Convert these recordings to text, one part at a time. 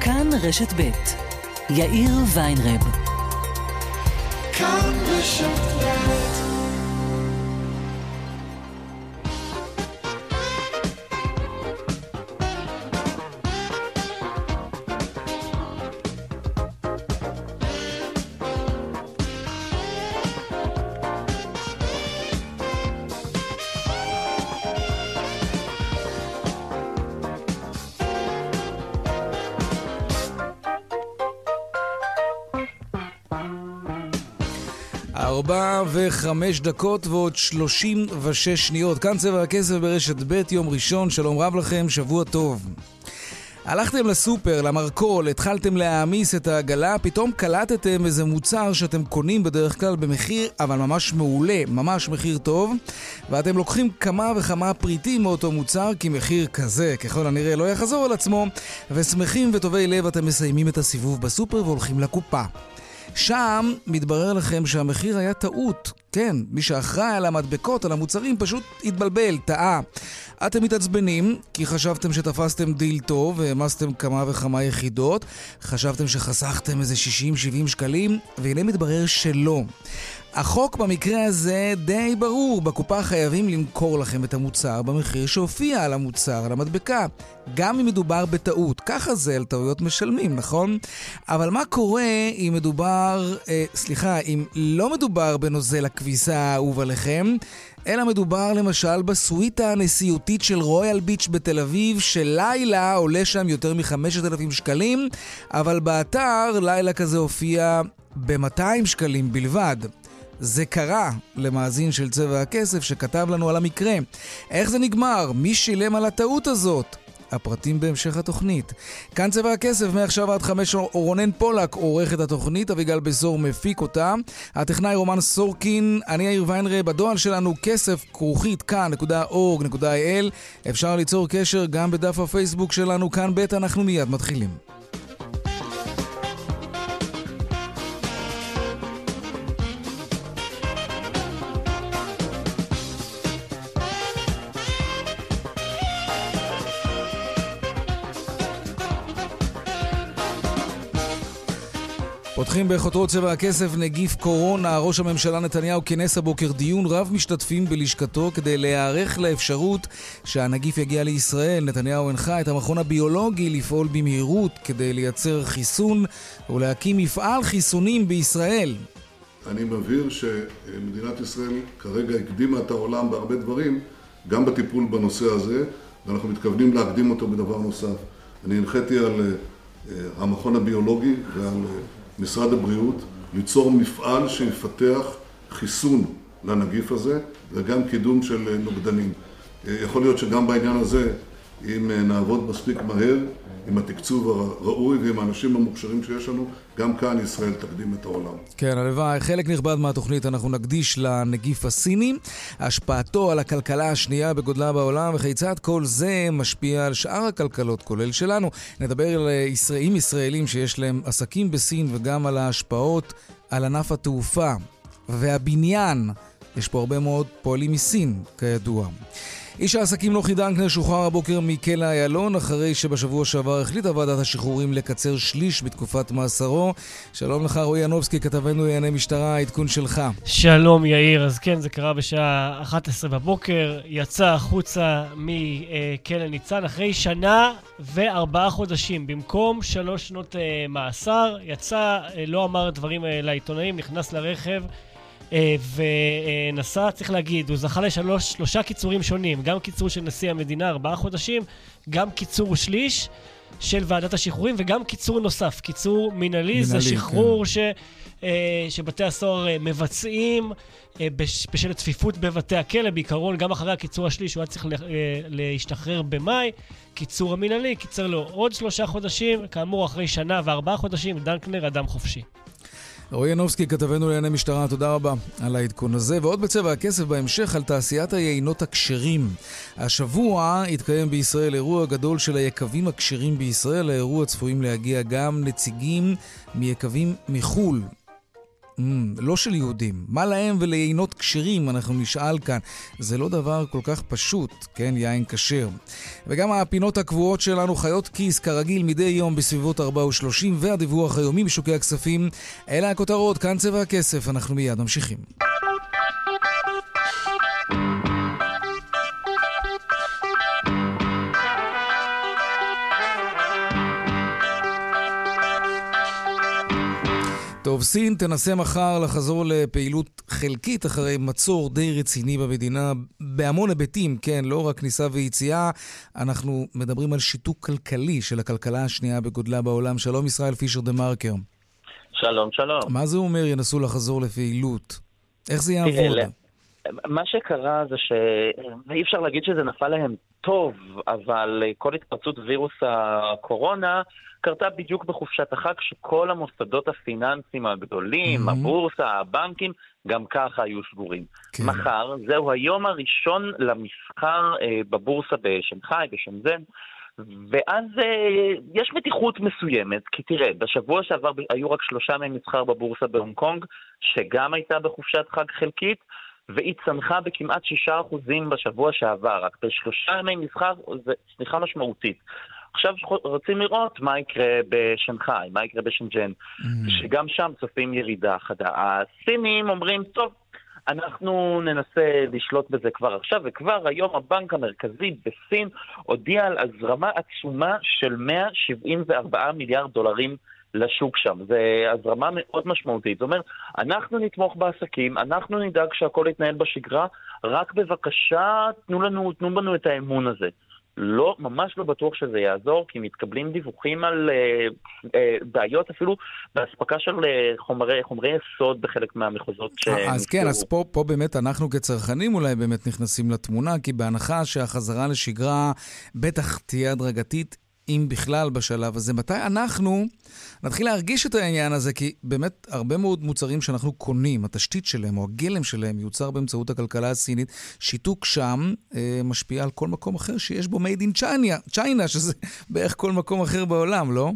כאן רשת ב' יאיר ויינרב. כאן רשת ב'. ארבע וחמש דקות ועוד 36 שניות. כאן צבע הכסף ברשת ב' יום ראשון. שלום רב לכם, שבוע טוב. הלכתם לסופר, למרקול, התחלתם להעמיס את העגלה, פתאום קלטתם איזה מוצר שאתם קונים בדרך כלל במחיר, אבל ממש מעולה, ממש מחיר טוב, ואתם לוקחים כמה וכמה פריטים מאותו מוצר, כי מחיר כזה, ככל הנראה, לא יחזור על עצמו, ושמחים וטובי לב אתם מסיימים את הסיבוב בסופר והולכים לקופה. שם מתברר לכם שהמחיר היה טעות. כן, מי שאחראי על המדבקות, על המוצרים, פשוט התבלבל, טעה. אתם מתעצבנים כי חשבתם שתפסתם דיל טוב והמסתם כמה וכמה יחידות, חשבתם שחסכתם איזה 60-70 שקלים, והנה מתברר שלא. החוק במקרה הזה די ברור, בקופה חייבים למכור לכם את המוצר במחיר שהופיע על המוצר, על המדבקה, גם אם מדובר בטעות. ככה זה, על טעויות משלמים, נכון? אבל מה קורה אם אם לא מדובר בנוזל הכביסה האהוב עליכם, אלא מדובר למשל בסוויטה הנשיאותית של רויאל ביץ' בתל אביב, שלילה עולה שם יותר מ5,000 שקלים, אבל באתר לילה כזה הופיע ב200 שקלים בלבד. זה קרה למאזין של צבע הכסף שכתב לנו על המקרה. איך זה נגמר? מי שילם על הטעות הזאת? הפרטים בהמשך התוכנית. כאן צבע הכסף, מעכשיו עד 5 רונן פולק עורך את התוכנית, אביגל בזור מפיק אותה, הטכנאי רומן סורקין, אני יאיר ויינרב. בדואל שלנו כסף@כאן.org.il. אפשר ליצור קשר גם בדף הפייסבוק שלנו כאן ב'. אנחנו מיד מתחילים. פותחים בחותרות צבע הכסף. נגיף קורונה. ראש הממשלה נתניהו כינס הבוקר דיון רב משתתפים בלשכתו כדי להיערך לאפשרות שהנגיף יגיע לישראל. נתניהו הנחה את המכון הביולוגי לפעול במהירות כדי לייצר חיסון ולהקים מפעל חיסונים בישראל. אני מבהיר שמדינת ישראל כרגע הקדימה את העולם בהרבה דברים, גם בטיפול בנושא הזה, ואנחנו מתכוונים להקדים אותו בדבר נוסף. אני הנחיתי על המכון הביולוגי ועל משרד הבריאות ליצור מפעל שיפתח חיסון לנגיף הזה וגם קידום של נוגדנים. יכול להיות שגם בעניין הזה, אם נעבוד מספיק מהר, עם התקצוב הראוי ועם האנשים המוכשרים שיש לנו, גם כאן ישראל תקדים את העולם. כן, הלוואי. חלק נכבד מהתוכנית אנחנו נקדיש לנגיף הסיני, השפעתו על הכלכלה השנייה בגודלה בעולם, וכיצד כל זה משפיע על שאר הכלכלות, כולל שלנו. נדבר עם ישראלים שיש להם עסקים בסין, וגם על ההשפעות על ענף התעופה והבניין. יש פה הרבה מאוד פועלים מסין, כידוע. איש העסקים נוחי דנקנר שוחרר הבוקר מכלא איילון, אחרי שבשבוע שעבר החליטה ועדת השחרורים לקצר שליש בתקופת מאסרו. שלום לך רועי ינובסקי, כתבנו לענייני משטרה, העדכון שלך. שלום יאיר, אז כן, זה קרה בשעה 11 בבוקר, יצא החוצה מכלא ניצן אחרי שנה ו4 חודשים, במקום 3 שנות מאסר, יצא, לא אמר דברים לעיתונאים, נכנס לרכב ונסע. צריך להגיד, הוא זכה לשלושה קיצורים שונים, גם קיצור של נשיא המדינה 4 חודשים, גם קיצור שליש של ועדת השחרורים, וגם קיצור נוסף, קיצור מינהלי, זה שחרור כן. שבתי הסוהר מבצעים בשל צפיפות בבתי הכלא. בעיקרון גם אחרי הקיצור השליש הוא היה צריך להשתחרר במאי. קיצור המינהלי קיצר לו עוד 3 חודשים, כאמור אחרי שנה ו4 חודשים דנקנר אדם חופשי. רועי ינובסקי, כתבנו לענייני משטרה, תודה רבה על העדכון הזה. ועוד בצבע הכסף בהמשך על תעשיית היינות הכשרים. השבוע התקיים בישראל אירוע גדול של היקבים הכשרים בישראל. האירוע צפויים להגיע גם נציגים מיקבים מחול. לא של יהודים. מה להם וליינות כשרים, אנחנו נשאל כאן. זה לא דבר כל כך פשוט, כן, יין כשר. וגם הפינות הקבועות שלנו חיות כיס כרגיל מדי יום בסביבות 4:30, והדיווח היומי בשוקי הכספים. אלה הכותרות, כאן צבע הכסף, אנחנו מיד ממשיכים. טוב, סין תנסה מחר לחזור לפעילות חלקית אחרי מצור די רציני במדינה, בהמון היבטים, כן, לא רק כניסה ויציאה, אנחנו מדברים על שיתוק כלכלי של הכלכלה השנייה בגודלה בעולם. שלום ישראל פישר דה מרקר. שלום, שלום. מה זה אומר ינסו לחזור לפעילות? איך זה יעבוד? מה שקרה זה ואי אפשר להגיד שזה נפל להם טוב, אבל כל התפרצות וירוס הקורונה קרתה בדיוק בחופשת החג, שכל המוסדות הפיננסיים הגדולים, הבורסה, הבנקים, גם ככה היו סגורים. כן. מחר, זהו היום הראשון למסחר בבורסה בשנגחאי, בשנזן, ואז יש מתיחות מסוימת, כי תראה, בשבוע שעבר היו רק 3 ימי מסחר בבורסה בהונג קונג, שגם הייתה בחופשת חג חלקית, והיא צנחה בכמעט 6% בשבוע שעבר, רק ב3 ימי מסחר זה צניחה משמעותית. עכשיו רוצים לראות מה יקרה בשנגחאי, מה יקרה בשנג'ן, שגם שם צופים ירידה חדה. הסינים אומרים, טוב, אנחנו ננסה לשלוט בזה כבר עכשיו, וכבר היום הבנק המרכזי בסין הודיע על הזרמה עצומה של 174 מיליארד דולרים לשוק שם. זה הזרמה מאוד משמעותית. זאת אומרת, אנחנו נתמוך בעסקים, אנחנו נדאג שהכל יתנהל בשגרה, רק בבקשה תנו בנו את האמון הזה. לא, ממש לא בטוח שזה יעזור, כי מתקבלים דיווחים על בעיות אפילו בהספקה של חומרי יסוד בחלק מהמחוזות אז כן, אז פה באמת אנחנו כצרכנים אולי באמת נכנסים לתמונה, כי בהנחה שהחזרה לשגרה בטח תהיה הדרגתית, אם בכלל בשלב הזה, מתי אנחנו נתחיל להרגיש את העניין הזה, כי באמת הרבה מאוד מוצרים שאנחנו קונים, התשתית שלהם או הגלם שלהם יוצר באמצעות הכלכלה הסינית, שיתוק שם משפיע על כל מקום אחר שיש בו made in China, שזה בערך כל מקום אחר בעולם, לא?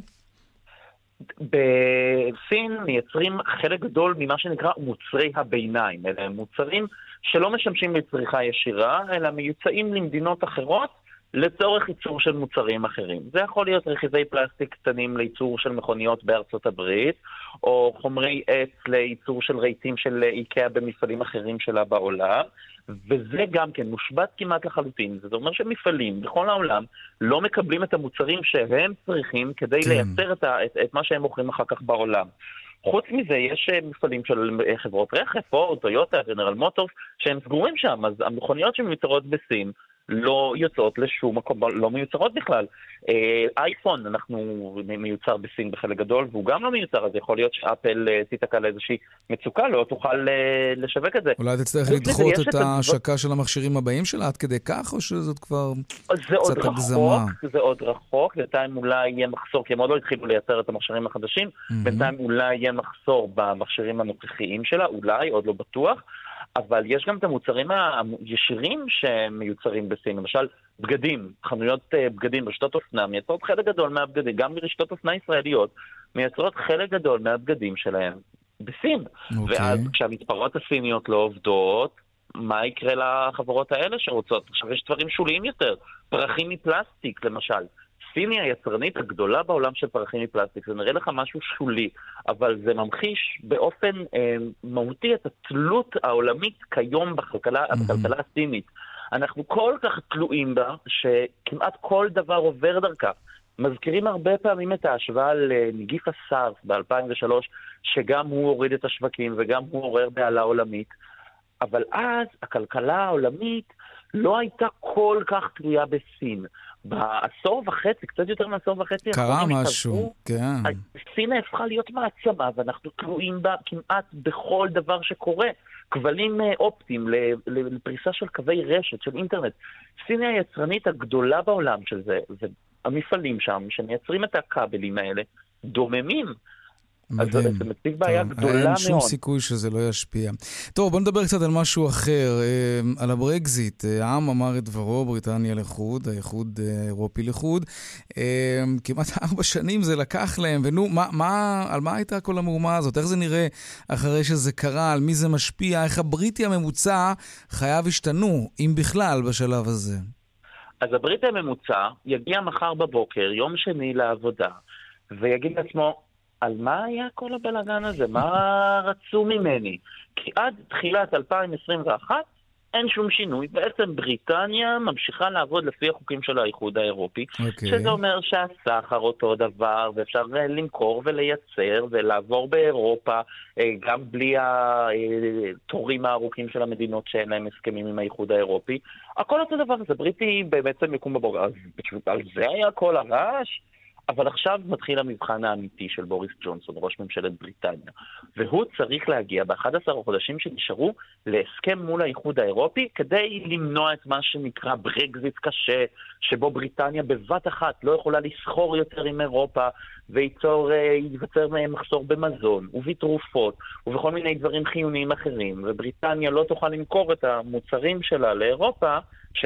בסין מייצרים חלק גדול ממה שנקרא מוצרי הביניים, אלה מוצרים שלא משמשים לצריכה ישירה, אלא מיוצאים למדינות אחרות, לצורך ייצור של מוצרים אחרים. זה יכול להיות רכיבי פלסטיק קטנים לייצור של מכוניות בארצות הברית, או חומרי עץ לייצור של רהיטים של איקאה במפעלים אחרים שלה בעולם, וזה גם כן מושבת כמעט לחלוטין. זה אומר שמפעלים בכל העולם לא מקבלים את המוצרים שהם צריכים כדי לייצר את מה שהם מוכרים אחר כך בעולם. חוץ מזה, יש מפעלים של חברות רכב, או טויוטה, ג'נרל מוטורס, שהם סגורים שם, אז המכוניות שמיוצרות בסין לא יוצאות לשום מקום, לא מיוצרות בכלל. אייפון, אנחנו מיוצר בסין בחלק גדול, והוא גם לא מיוצר, אז יכול להיות שאפל תיתקע לאיזושהי מצוקה, לא תוכל לשווק את זה. אולי תצטרך לדחות את ההשקה של המכשירים הבאים שלה עד כדי כך, או שזאת כבר קצת הגזמה? זה עוד רחוק, בינתיים אולי יהיה מחסור, כי הם עוד לא התחילו לייצר את המכשירים החדשים, בינתיים אולי יהיה מחסור במכשירים הנוכחיים שלה, אולי, עוד לא בטוח, אבל יש גם את המוצרים הישירים שמיוצרים בסין, למשל בגדים, חנויות בגדים, רשתות אופנה, מייצרות חלק גדול מהבגדים, גם רשתות אופנה ישראליות, מייצרות חלק גדול מהבגדים שלהם בסין. ואז כשהמתפרות הסיניות לא עובדות, מה יקרה לחברות האלה שרוצות? עכשיו יש דברים שוליים יותר, פרחים מפלסטיק למשל. סין היא היצרנית הגדולה בעולם של פרחים מפלסטיק. זה נראה לך משהו שולי, אבל זה ממחיש באופן מהותי את התלות העולמית כיום בכלכלה הסינית. אנחנו כל כך תלויים בה, שכמעט כל דבר עובר דרכה. מזכירים הרבה פעמים את ההשוואה לנגיף הסארס ב-2003, שגם הוא הוריד את השווקים וגם הוא עורר בעלה עולמית. אבל אז הכלכלה העולמית לא הייתה כל כך תלויה בסין. בעשור וחצי, קצת יותר מעשור וחצי, קרה משהו, כן. סין הפכה להיות מעצמה, ואנחנו תלויים בה כמעט בכל דבר שקורה. כבלים אופטיים לפריסה של קווי רשת, של אינטרנט. סין היא היצרנית הגדולה בעולם של זה, והמפעלים שם, שמייצרים את הכבלים האלה, דוממים. אז זה מציג בעיה גדולה מאוד. אין שום סיכוי שזה לא ישפיע. טוב, בוא נדבר קצת על משהו אחר, על הברקזיט. העם אמר את דברו, בריטניה לחוד, האיחוד האירופי לחוד. כמעט 4 שנים זה לקח להם, ונו, על מה הייתה כל המהומה הזאת? איך זה נראה אחרי שזה קרה? על מי זה משפיע? איך הבריטי הממוצע חייו השתנו, אם בכלל, בשלב הזה? אז הבריטי הממוצע יגיע מחר בבוקר, יום שני לעבודה, ויגיד לעצמו, על מה היה כל הבלגן הזה? מה רצו ממני? כי עד תחילת 2021 אין שום שינוי. בעצם בריטניה ממשיכה לעבוד לפי החוקים של האיחוד האירופי, שזה אומר שהסחר אותו דבר, ואפשר למכור ולייצר ולעבור באירופה, גם בלי התורים הארוכים של המדינות שאין להם הסכמים עם האיחוד האירופי. הכל אותו דבר, זה בריטי בעצם יקום בבוקר. אז על זה היה כל הרעש? אבל עכשיו מתחיל המבחן האמיתי של בוריס ג'ונסון, ראש ממשלת בריטניה. והוא צריך להגיע ב-11 החודשים שנשארו להסכם מול האיחוד האירופי, כדי למנוע את מה שנקרא ברקזיט קשה, שבו בריטניה בבת אחת לא יכולה לסחור יותר עם אירופה, וייווצר מחסור במזון ובתרופות ובכל מיני דברים חיוניים אחרים, ובריטניה לא תוכל למכור את המוצרים שלה לאירופה,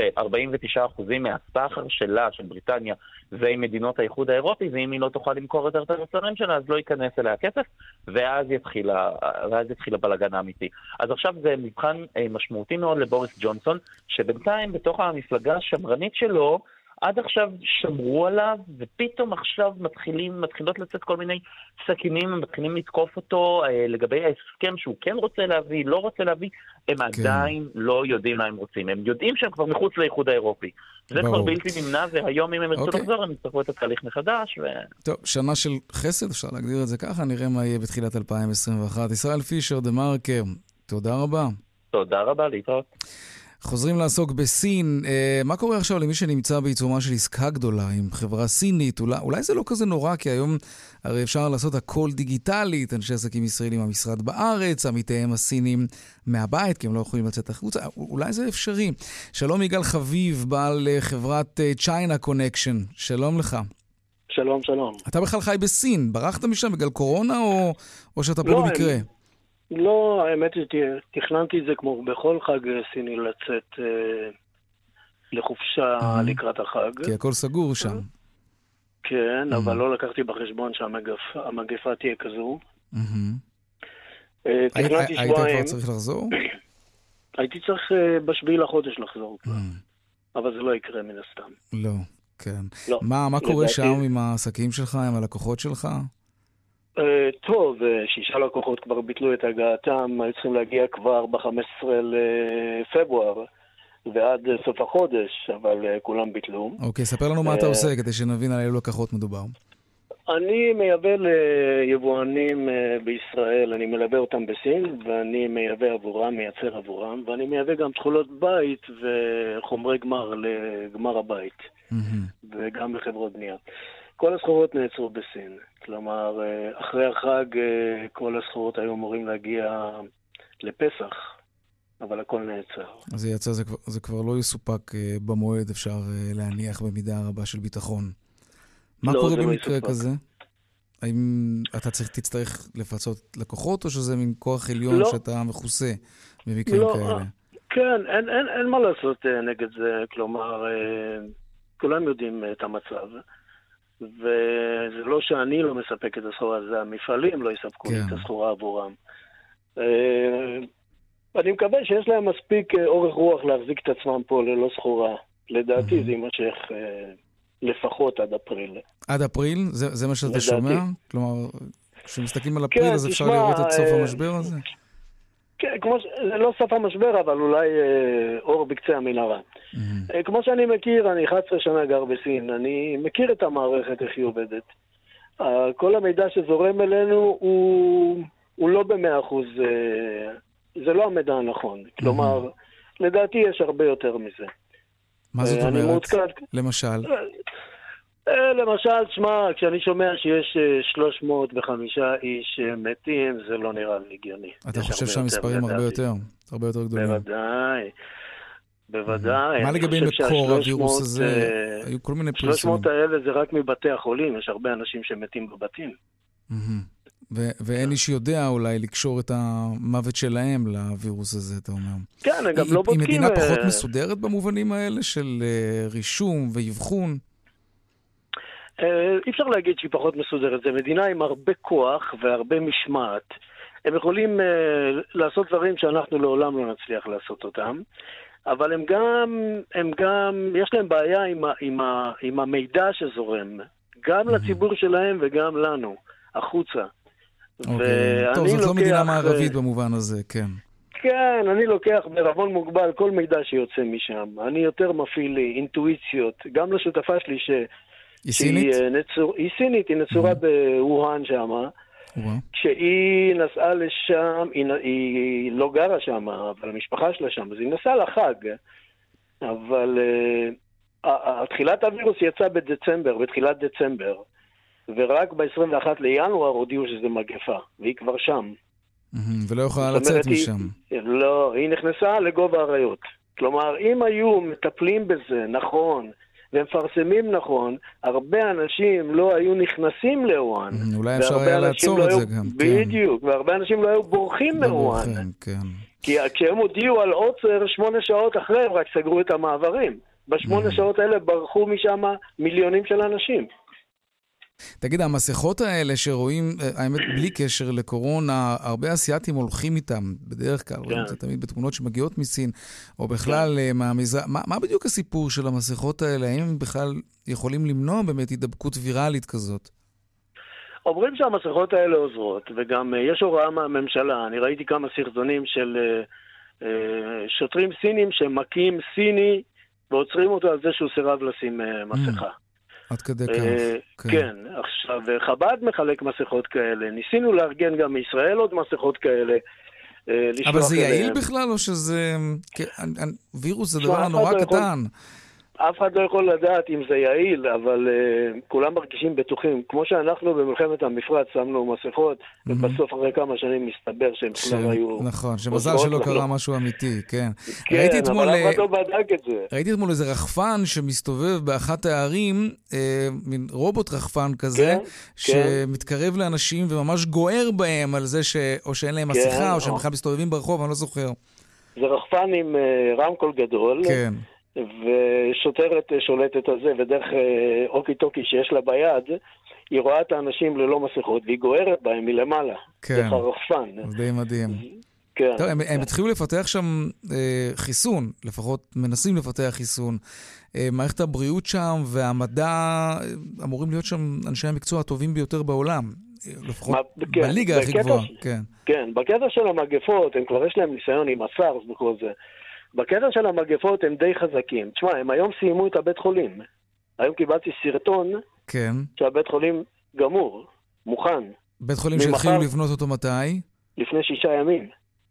ש-49% מהסחר שלה, של בריטניה, זה עם מדינות האיחוד האירופי, ואם היא לא תוכל למכור יותר את המוצרים שלה, אז לא ייכנס אליה כסף, ואז יתחיל הבלגן האמיתי. אז עכשיו זה מבחן משמעותי מאוד לבוריס ג'ונסון, שבינתיים בתוך המפלגה השמרנית שלו, עד עכשיו שמרו עליו, ופתאום עכשיו מתחילות לצאת כל מיני סכינים, מתחילים לתקוף אותו לגבי ההסכם שהוא כן רוצה להביא, לא רוצה להביא, הם עדיין לא יודעים מה הם רוצים. הם יודעים שהם כבר מחוץ לאיחוד האירופי. זה כבר בלתי נמנע, והיום אם הם ירצו לחזור, הם יצטרכו את התהליך מחדש. טוב, שנה של חסד, אפשר להגדיר את זה ככה, נראה מה יהיה בתחילת 2021. ישראל פישר, דה מרקר, תודה רבה. תודה רבה, להתראות. חוזרים לעסוק בסין. מה קורה עכשיו למי שנמצא בעיצומה של עסקה גדולה עם חברה סינית? אולי זה לא כזה נורא, כי היום הרי אפשר לעשות הכל דיגיטלית, אנשי עסקים ישראלים המשרד בארץ, עמיתיהם הסינים מהבית, כי הם לא יכולים לצאת החוצה. אולי זה אפשרי. שלום יגאל חביב, בעל חברת China Connection. שלום לך. שלום, שלום. אתה בכלל חי בסין. ברחת משם בגלל קורונה או שאתה פה במקרה? לא, האמת היא, תכננתי את זה כמו בכל חג סיני לצאת לחופשה לקראת החג. כי הכל סגור שם. כן, אבל לא לקחתי בחשבון שהמגפה תהיה כזו. תכננתי שבועיים. היית כבר צריך לחזור? הייתי צריך ב7 לחודש לחזור כבר. אבל זה לא יקרה מן הסתם. לא, כן. מה קורה שם עם העסקים שלך, עם הלקוחות שלך? טוב, 6 לקוחות כבר ביטלו את הגעתם, היו צריכים להגיע כבר ב-15 לפברואר ועד סוף החודש, אבל כולם ביטלו. אוקיי, ספר לנו מה אתה עושה כדי שנבין על אילו לקוחות מדובר. אני מייבא ליבואנים בישראל, אני מלווה אותם בסין, ואני מייבא עבורם, מייצר עבורם, ואני מייבא גם תכולות בית וחומרי גמר לגמר הבית, וגם לחברות בנייה. כל הסחורות נעצרו בסין. כלומר, אחרי החג כל הסחורות היו אמורים להגיע לפסח, אבל הכל נעצר. אז יצא, זה כבר לא יסופק במועד, אפשר להניח במידה רבה של ביטחון. מה קורה במקרה כזה? האם אתה תצטרך לפצות לקוחות, או שזה מין כוח עליון שאתה מכוסה במקרים כאלה? כן, אין מה לעשות נגד זה. כלומר, כולם יודעים את המצב. וזה לא שאני לא מספק את הסחורה, זה המפעלים לא יספקו את הסחורה עבורם. אני מקווה שיש להם מספיק אורך רוח להחזיק את עצמם פה ללא סחורה. לדעתי זה יימשך לפחות עד אפריל. עד אפריל? זה מה שאתה שומע? כלומר, כשמסתכלים על אפריל אז אפשר לראות את סוף המשבר הזה? כן, זה לא סוף המשבר, אבל אולי אור בקצה המנהרה. כמו שאני מכיר, אני 11 שנה גר בסין, אני מכיר את המערכת, איך היא עובדת. כל המידע שזורם אלינו הוא לא ב100%, זה לא המידע הנכון. כלומר, לדעתי יש הרבה יותר מזה. מה זאת אומרת? למשל? למשל, שמע, כשאני שומע שיש 305 איש מתים, זה לא נראה לי הגיוני. אתה חושב שהמספרים הרבה יותר גדולים? בוודאי. מה לגבי מקור הווירוס הזה? היו כל מיני פרסומים. 300 האלה זה רק מבתי החולים, יש הרבה אנשים שמתים בבתים. ואין איש יודע אולי לקשור את המוות שלהם לווירוס הזה, אתה אומר. כן, הם גם לא בודקים. היא מדינה פחות מסודרת במובנים האלה של רישום ואבחון? אי אפשר להגיד שהיא פחות מסודרת. זו מדינה עם הרבה כוח והרבה משמעת. הם יכולים לעשות דברים שאנחנו לעולם לא נצליח לעשות אותם, אבל הם גם יש להם בעיה עם המידע שזורם, גם לציבור שלהם וגם לנו, החוצה. טוב, זאת לא מדינה מערבית במובן הזה, כן. כן, אני לוקח בערבון מוגבל כל מידע שיוצא משם. אני יותר מפעיל אינטואיציות, גם לשותפה שלי היא סינית? היא סינית, היא נצורה בווהאן שם. כשהיא נסעה לשם, היא לא גרה שם, אבל המשפחה שלה שם, אז היא נסעה לחג. אבל תחילת הווירוס יצא בתחילת דצמבר, ורק ב-21 לינואר הודיעו שזה מגפה, והיא כבר שם. ולא יכולה לצאת משם. לא, היא נכנסה לגובה האריות. כלומר, אם היו מטפלים בזה נכון, ומפרסמים נכון, הרבה אנשים לא היו נכנסים לאוהן. אולי אפשר היה לעצור את זה גם. בדיוק, והרבה אנשים לא היו בורחים מאוהן. כי כשהם הודיעו על עוצר 8 שעות אחרי, הם רק סגרו את המעברים. ב8 שעות האלה ברחו משם מיליונים של אנשים. תגיד, המסכות האלה שרואים, האמת, בלי קשר לקורונה, הרבה אסיאטים הולכים איתם, בדרך כלל, רואים את זה תמיד בתמונות שמגיעות מסין, או בכלל מהמזרח. מה בדיוק הסיפור של המסכות האלה? האם הם בכלל יכולים למנוע באמת הידבקות ויראלית כזאת? אומרים שהמסכות האלה עוזרות, וגם יש הוראה מהממשלה. אני ראיתי כמה סרטונים של שוטרים סינים שמכים סיני, ועוצרים אותו על זה שהוא סירב לשים מסכה. עד כדי כך. כן, עכשיו, חב"ד מחלק מסכות כאלה. ניסינו לארגן גם מישראל עוד מסכות כאלה. אבל זה יעיל בכלל, או שזה... וירוס זה דבר נורא קטן. אף אחד לא יכול לדעת אם זה יעיל, אבל כולם מרגישים בטוחים. כמו שאנחנו במלחמת המפרץ שמנו מסכות, ובסוף אחרי כמה שנים מסתבר שהם כבר היו... נכון, שמזל שלא קרה משהו אמיתי, כן. כן, אבל אף אחד לא בדק את זה. ראיתי אתמול איזה רחפן שמסתובב באחת הערים, מין רובוט רחפן כזה, שמתקרב לאנשים וממש גוער בהם על זה או שאין להם מסכה, או שהם בכלל מסתובבים ברחוב, אני לא זוכר. זה רחפן עם רמקול גדול. כן. ושוטרת שולטת על זה, ודרך אוקי טוקי שיש לה ביד, היא רואה את האנשים ללא מסכות, והיא גוערת בהם מלמעלה. כן, דרך הרחפן. די מדהים. כן. טוב, הם התחילו לפתח שם חיסון, לפחות מנסים לפתח חיסון. מערכת הבריאות שם והמדע אמורים להיות שם אנשי המקצוע הטובים ביותר בעולם. לפחות בליגה הכי גבוהה. כן, בקטע של המגפות, הם כבר יש להם ניסיון עם הסארס וכל זה. בקטע של המגפות הם די חזקים. תשמע, הם היום סיימו את הבית חולים. היום קיבלתי סרטון שהבית חולים גמור, מוכן. בית חולים שהתחילו לבנות אותו מתי? לפני 6 ימים.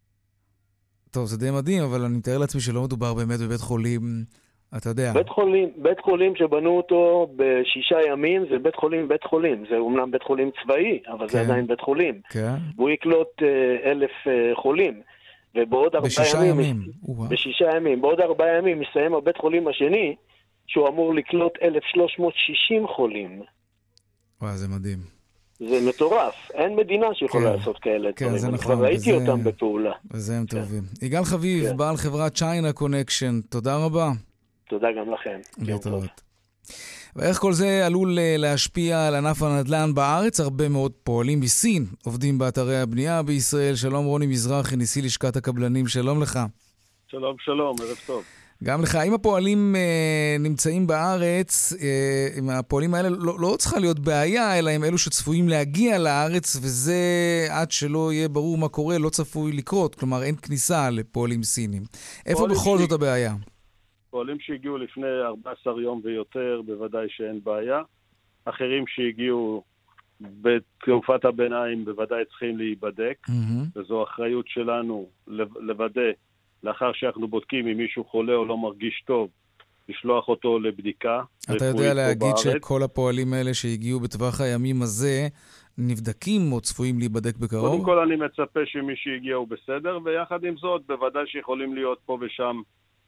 טוב, זה די מדהים, אבל אני מתאר לעצמי שלא מדובר באמת בבית חולים, אתה יודע. בית חולים שבנו אותו ב6 ימים, זה בית חולים. זה אומנם בית חולים צבאי, אבל זה עדיין בית חולים. כן. והוא יקלוט 1,000 חולים. ובעוד 4 ימים, ב6 ימים, בעוד 4 ימים מסיים הבית חולים השני, שהוא אמור לקלוט 1,360 חולים. וואי, זה מדהים. זה מטורף. אין מדינה שיכולה לעשות כאלה דברים. זה נכון. כבר ראיתי אותם בפעולה. וזה הם טובים. יגאל חביב, בעל חברת צ'יינה קונקשן, תודה רבה. תודה גם לכם. להתראות. ואיך כל זה עלול להשפיע על ענף הנדל"ן בארץ? הרבה מאוד פועלים מסין עובדים באתרי הבנייה בישראל. שלום רוני מזרחי, נשיא לשכת הקבלנים, שלום לך. שלום, שלום, ערב טוב. גם לך. אם הפועלים נמצאים בארץ, עם הפועלים האלה לא צריכה להיות בעיה, אלא עם אלו שצפויים להגיע לארץ, וזה עד שלא יהיה ברור מה קורה, לא צפוי לקרות. כלומר, אין כניסה לפועלים סינים. איפה בכל זאת הבעיה? פועלים שהגיעו לפני 14 יום ויותר, בוודאי שאין בעיה. אחרים שהגיעו בתקופת הביניים, בוודאי צריכים להיבדק. וזו אחריות שלנו לוודא, לאחר שאנחנו בודקים אם מישהו חולה או לא מרגיש טוב, לשלוח אותו לבדיקה. אתה יודע להגיד שכל הפועלים האלה שהגיעו בטווח הימים הזה, נבדקים או צפויים להיבדק בקרוב? קודם כל אני מצפה שמי שהגיע הוא בסדר, ויחד עם זאת, בוודאי שיכולים להיות פה ושם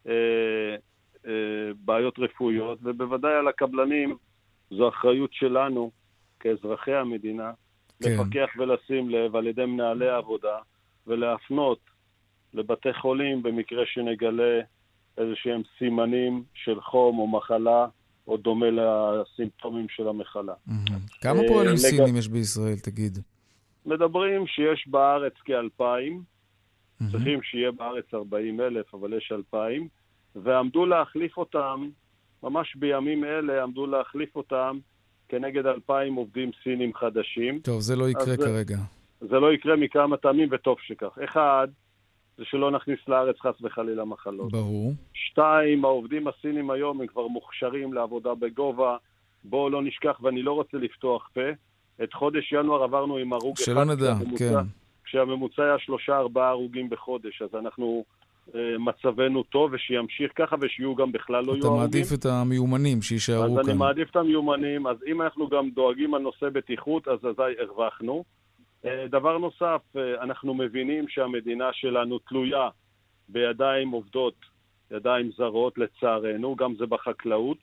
בעיות רפואיות, ובוודאי על הקבלנים זו אחריות שלנו כאזרחי המדינה לפקח ולשים לב על ידי מנהלי העבודה, ולהפנות לבתי חולים במקרה שנגלה איזשהם סימנים של חום או מחלה, או דומה לסימפטומים של המחלה. כמה פועלים סינים יש בישראל, תגיד? מדברים שיש בארץ כ-2,000, צריכים שיהיה בארץ 40,000, אבל יש 2,000, ועמדו להחליף אותם, ממש בימים אלה עמדו להחליף אותם, כנגד 2,000 עובדים סינים חדשים. טוב, זה לא יקרה כרגע. זה לא יקרה מכמה טעמים, וטוב שכך. אחד, זה שלא נכניס לארץ חס וחלילה מחלות. ברור. 2, העובדים הסינים היום הם כבר מוכשרים לעבודה בגובה. בואו לא נשכח, ואני לא רוצה לפתוח פה. את חודש ינואר עברנו עם הרוג אחד. שלא נדע, כן. כשהממוצע היה 3-4 הרוגים בחודש, אז אנחנו מצבנו טוב, ושימשיך ככה, ושיהיו גם בכלל לא יהיו הרוגים. אתה מעדיף את המיומנים שישארו כאן. אז אני מעדיף את המיומנים, אז אם אנחנו גם דואגים על נושא בטיחות, אז אזי הרווחנו. דבר נוסף, אנחנו מבינים שהמדינה שלנו תלויה בידיים עובדות, ידיים זרות לצערנו, גם זה בחקלאות.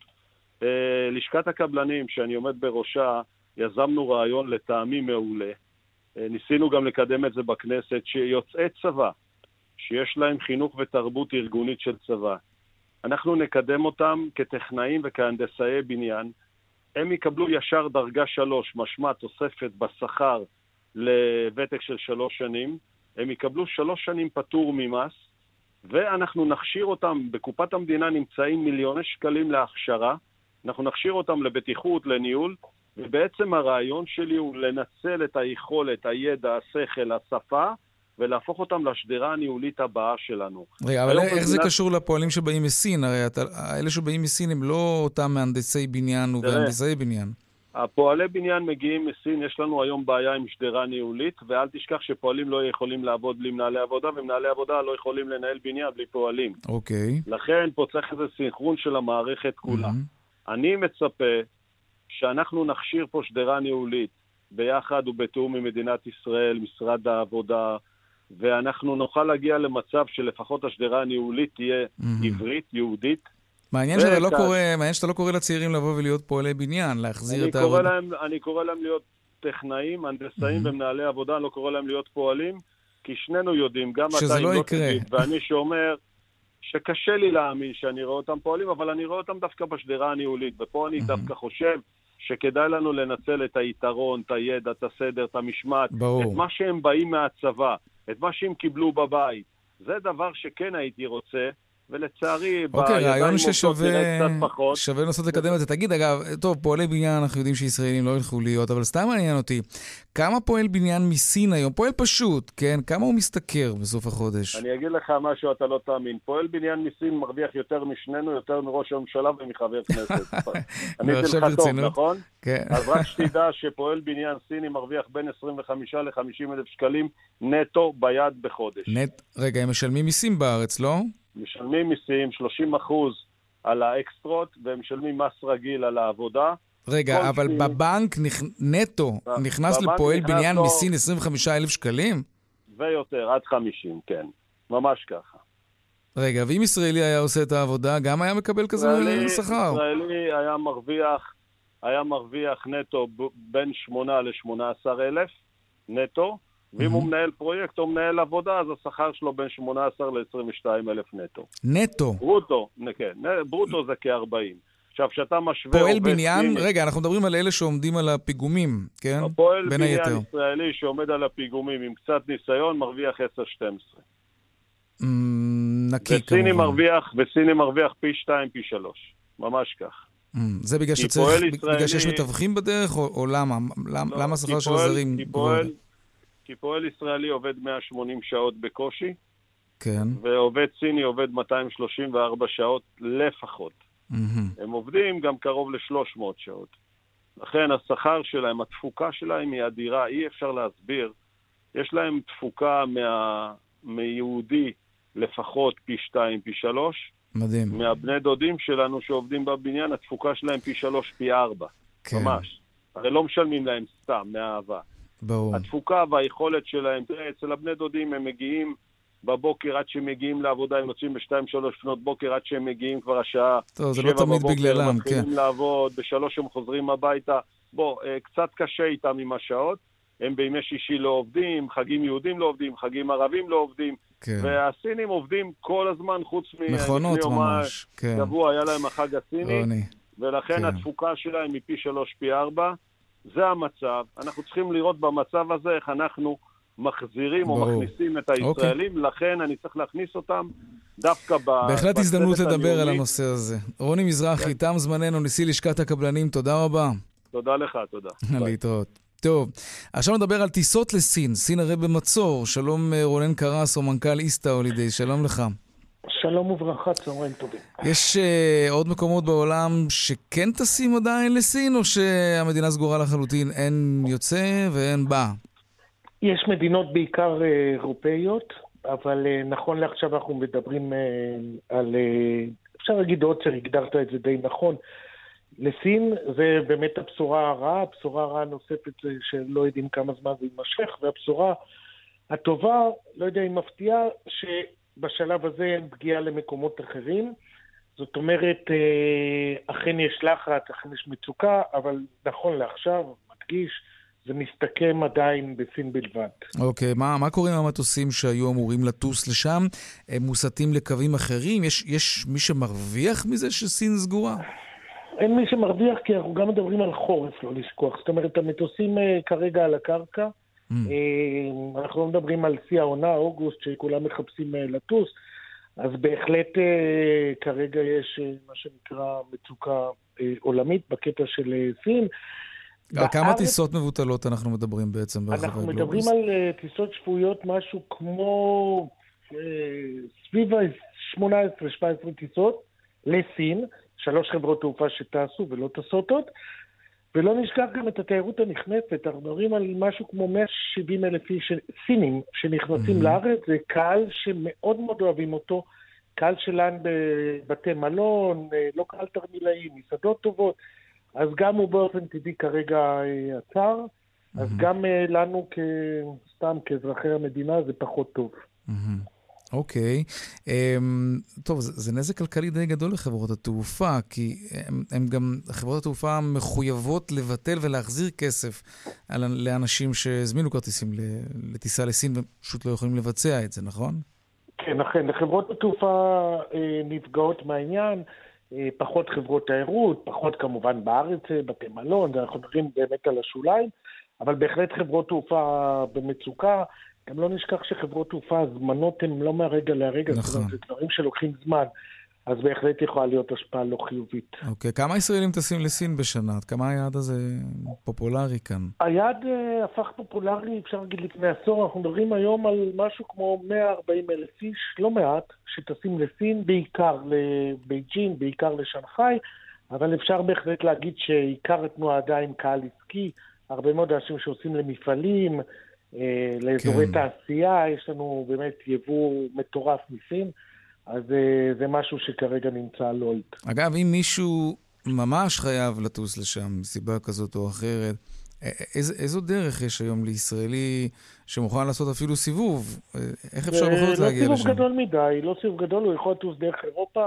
לשכת הקבלנים שאני עומד בראשה, יזמנו רעיון לטעמי מעולה. ניסינו גם לקדם את זה בכנסת, שיוצאי צבא, שיש להם חינוך ותרבות ארגונית של צבא, אנחנו נקדם אותם כטכנאים וכהנדסאי בניין. הם יקבלו ישר דרגה 3, משמע תוספת בשכר לוותק של 3 שנים. הם יקבלו 3 שנים פטור ממס, ואנחנו נכשיר אותם, בקופת המדינה נמצאים מיליוני שקלים להכשרה, אנחנו נכשיר אותם לבטיחות, לניהול, ובעצם הרעיון שלי הוא לנצל את היכולת, הידע, השכל, השפה, ולהפוך אותם לשדרה הניהולית הבאה שלנו. רגע, אבל איך זה קשור לפועלים שבאים מסין? הרי אלה שבאים מסין הם לא אותם מהנדסי בניין והנדסי בניין. הפועלי בניין מגיעים מסין, יש לנו היום בעיה עם שדרה ניהולית, ואל תשכח שפועלים לא יכולים לעבוד בלי מנהלי עבודה, ומנהלי עבודה לא יכולים לנהל בניין בלי פועלים. אוקיי. לכן פה צריך איזה סינכרון של המערכת כולה. אני מצפה שאנחנו נכשיר פה שדרה ניהולית ביחד ובתאום עם מדינת ישראל, משרד העבודה, ואנחנו נוכל להגיע למצב שלפחות השדרה הניהולית תהיה עברית, יהודית. מעניין שאתה לא קורא לצעירים לבוא ולהיות פועלי בניין, להחזיר את העבודה. אני קורא להם להיות טכנאים, הנדסאים ומנהלי עבודה, אני לא קורא להם להיות פועלים, כי שנינו יודעים, גם אתה לא תגיד, ואני שאומר שקשה לי להאמין שאני רואה אותם פועלים, אבל אני רואה אותם דווקא בשדרה הניהולית, ופה אני דווקא חושב שכדאי לנו לנצל את היתרון, את הידע, את הסדר, את המשמעת, את מה שהם באים מהצבא, את מה שהם קיבלו בבית. זה דבר שכן הייתי רוצה, ולצערי, רעיון ששווה לנסות לקדם את זה. תגיד, אגב, טוב, פועלי בניין אנחנו יודעים שישראלים לא ילכו להיות, אבל סתם מעניין אותי, כמה פועל בניין מסין היום? פועל פשוט, כן? כמה הוא מסתכר בסוף החודש? אני אגיד לך משהו, אתה לא תאמין. פועל בניין מסין מרוויח יותר משנינו, יותר מראש הממשלה ומחבר כנסת. אני אתן לך טוב, נכון? כן. אז רק שתדע שפועל בניין סיני מרוויח בין 25 ל-50 אלף שקלים נטו ביד בחודש. רגע, הם משלמים מיסים בארץ, לא? משלמים מיסים 30% על האקסטרות, והם משלמים מס רגיל על העבודה. רגע, אבל בבנק נטו נכנס לפועל בניין מסין 25,000 שקלים? ויותר, עד 50, כן. ממש ככה. רגע, ואם ישראלי היה עושה את העבודה, גם היה מקבל כזה שכר? ישראלי היה מרוויח נטו בין 8 ל-18,000 נטו, ואם הוא מנהל פרויקט או מנהל עבודה, אז השכר שלו בין 18 ל-22,000 נטו. נטו? ברוטו, כן. ברוטו זה כ-40. עכשיו, שאתה משווה... פועל בניין, רגע, אנחנו מדברים על אלה שעומדים על הפיגומים, כן? פועל בניין ישראלי שעומד על הפיגומים עם קצת ניסיון, מרוויח 10-12. נקי כמובן. וסיני מרוויח פי 2, פי 3. ממש כך. זה בגלל שיש מתווכים בדרך, או למה? למה השכר של הזרים גבוה? כי פועל ישראלי עובד 180 שעות בקושי, כן. ועובד סיני עובד 234 שעות לפחות. הם עובדים גם קרוב ל-300 שעות. לכן השכר שלהם, התפוקה שלהם היא אדירה, אי אפשר להסביר. יש להם תפוקה מיהודי לפחות פי 2, פי 3. מדהים. מהבני דודים שלנו שעובדים בבניין, התפוקה שלהם פי 3, פי 4. כן. ממש. הרי לא משלמים להם סתם, מהאהבה. ברור. התפוקה והיכולת שלהם, אצל הבני דודים הם מגיעים בבוקר עד שהם מגיעים לעבודה, הם יוצאים ב-2-3 לפנות בוקר עד שהם מגיעים כבר השעה 7 בבוקר, מתחילים לעבוד, ב-3 הם חוזרים הביתה. קצת קשה איתם עם השעות, הם בימי שישי לא עובדים, חגים יהודים לא עובדים, חגים ערבים לא עובדים, כן. והסינים עובדים כל הזמן, חוץ מכונות ממש, כן. שבוע היה להם החג הסיני, רוני. ולכן כן. התפוקה שלהם היא פי 3, פי 4. זה המצב. אנחנו צריכים לראות במצב הזה איך אנחנו מחזירים ברור. או מכניסים את הישראלים, לכן אני צריך להכניס אותם דווקא בהחלט הזדמנות לדבר על הנושא הזה. רוני מזרחי, תם זמננו, נשיא לשכת הקבלנים, תודה רבה. תודה לך, תודה. להתראות. טוב, עכשיו נדבר על טיסות לסין. סין הרי במצור. שלום רונן קרסו, מנכ"ל איסטה הולידיי, שלום לך. שלום וברכה, צהריים טובים. יש עוד מקומות בעולם שכן טסים עדיין לסין, או שהמדינה סגורה לחלוטין, אין יוצא ואין בא? יש מדינות בעיקר אירופאיות, אבל נכון לעכשיו אנחנו מדברים על, אפשר להגיד עוצר, הגדרת את זה די נכון, לסין. זה באמת הבשורה הרעה, הבשורה הרעה נוספת זה שלא יודעים כמה זמן זה יימשך, והבשורה הטובה, לא יודע אם מפתיעה, שבשלב הזה אין פגיעה למקומות אחרים. זאת אומרת, אכן יש לחץ, אכן יש מצוקה, אבל נכון לעכשיו, מדגיש, זה מסתכם עדיין בסין בלבד. אוקיי, מה קורה עם המטוסים שהיו אמורים לטוס לשם? הם מוסטים לקווים אחרים? יש מי שמרוויח מזה שסין סגורה? אין מי שמרוויח, כי אנחנו גם מדברים על חורף, לא לשכוח. זאת אומרת, המטוסים כרגע על הקרקע. אנחנו לא מדברים על שיא העונה, אוגוסט, שכולם מחפשים לטוס. אז בהחלט כרגע יש מה שנקרא מצוקה עולמית בקטע של סין. על כמה טיסות מבוטלות אנחנו מדברים בעצם ברחבי אנחנו הגלובוס? מדברים על טיסות שפויות, משהו כמו סביב 18-17 טיסות לסין, 3 חברות תעופה שטסו ולא טסות עוד, ולא נשכח גם את התיירות הנכנסת. אנחנו מדברים על משהו כמו 170,000 סינים שנכנסים לארץ, זה קהל שמאוד מאוד אוהבים אותו, קהל שלנו בבתי מלון, לא קהל תרמילאים, מסעדות טובות, אז גם הוא באופן טבעי כרגע עצר, אז גם לנו סתם כאזרחי המדינה זה פחות טוב. אוקיי. טוב, זה נזק כלכלי די גדול לחברות התעופה, כי הם גם, חברות התעופה מחויבות לבטל ולהחזיר כסף לאנשים שהזמינו כרטיסים לטיסה לסין, ופשוט לא יכולים לבצע את זה, נכון? כן, אכן. חברות התעופה נפגעות מהעניין, פחות חברות תיירות, פחות כמובן בארץ, בתי מלון, אנחנו מדברים באמת על השוליים, אבל בהחלט חברות תעופה במצוקה. גם לא נשכח שחברות תעופה, הזמנות הן לא מהרגע להרגע, נכון. זה דברים שלוקחים זמן, אז בהחלט יכולה להיות השפעה לא חיובית. אוקיי, כמה ישראלים טסים לסין בשנה? כמה היעד הזה פופולרי כאן? היעד הפך פופולרי, אפשר להגיד לפני עשור, אנחנו מדברים היום על משהו כמו 140,000 איש, לא מעט, שטסים לסין, בעיקר לבייג'ין, בעיקר לשנגחאי, אבל אפשר בהחלט להגיד שעיקר התנועה עדיין קהל עסקי, הרבה מאוד אנשים שעושים למפעלים, לאזורי תעשייה, יש לנו באמת יבוא מטורף מסין, אז זה משהו שכרגע נמצא לא איתה. אגב, אם מישהו ממש חייב לטוס לשם, מסיבה כזאת או אחרת, איזו דרך יש היום לישראלי שמוכן לעשות אפילו סיבוב? איך אפשר בכל זאת להגיע לשם? לא סיבוב גדול מדי, לא סיבוב גדול, הוא יכול לטוס דרך אירופה,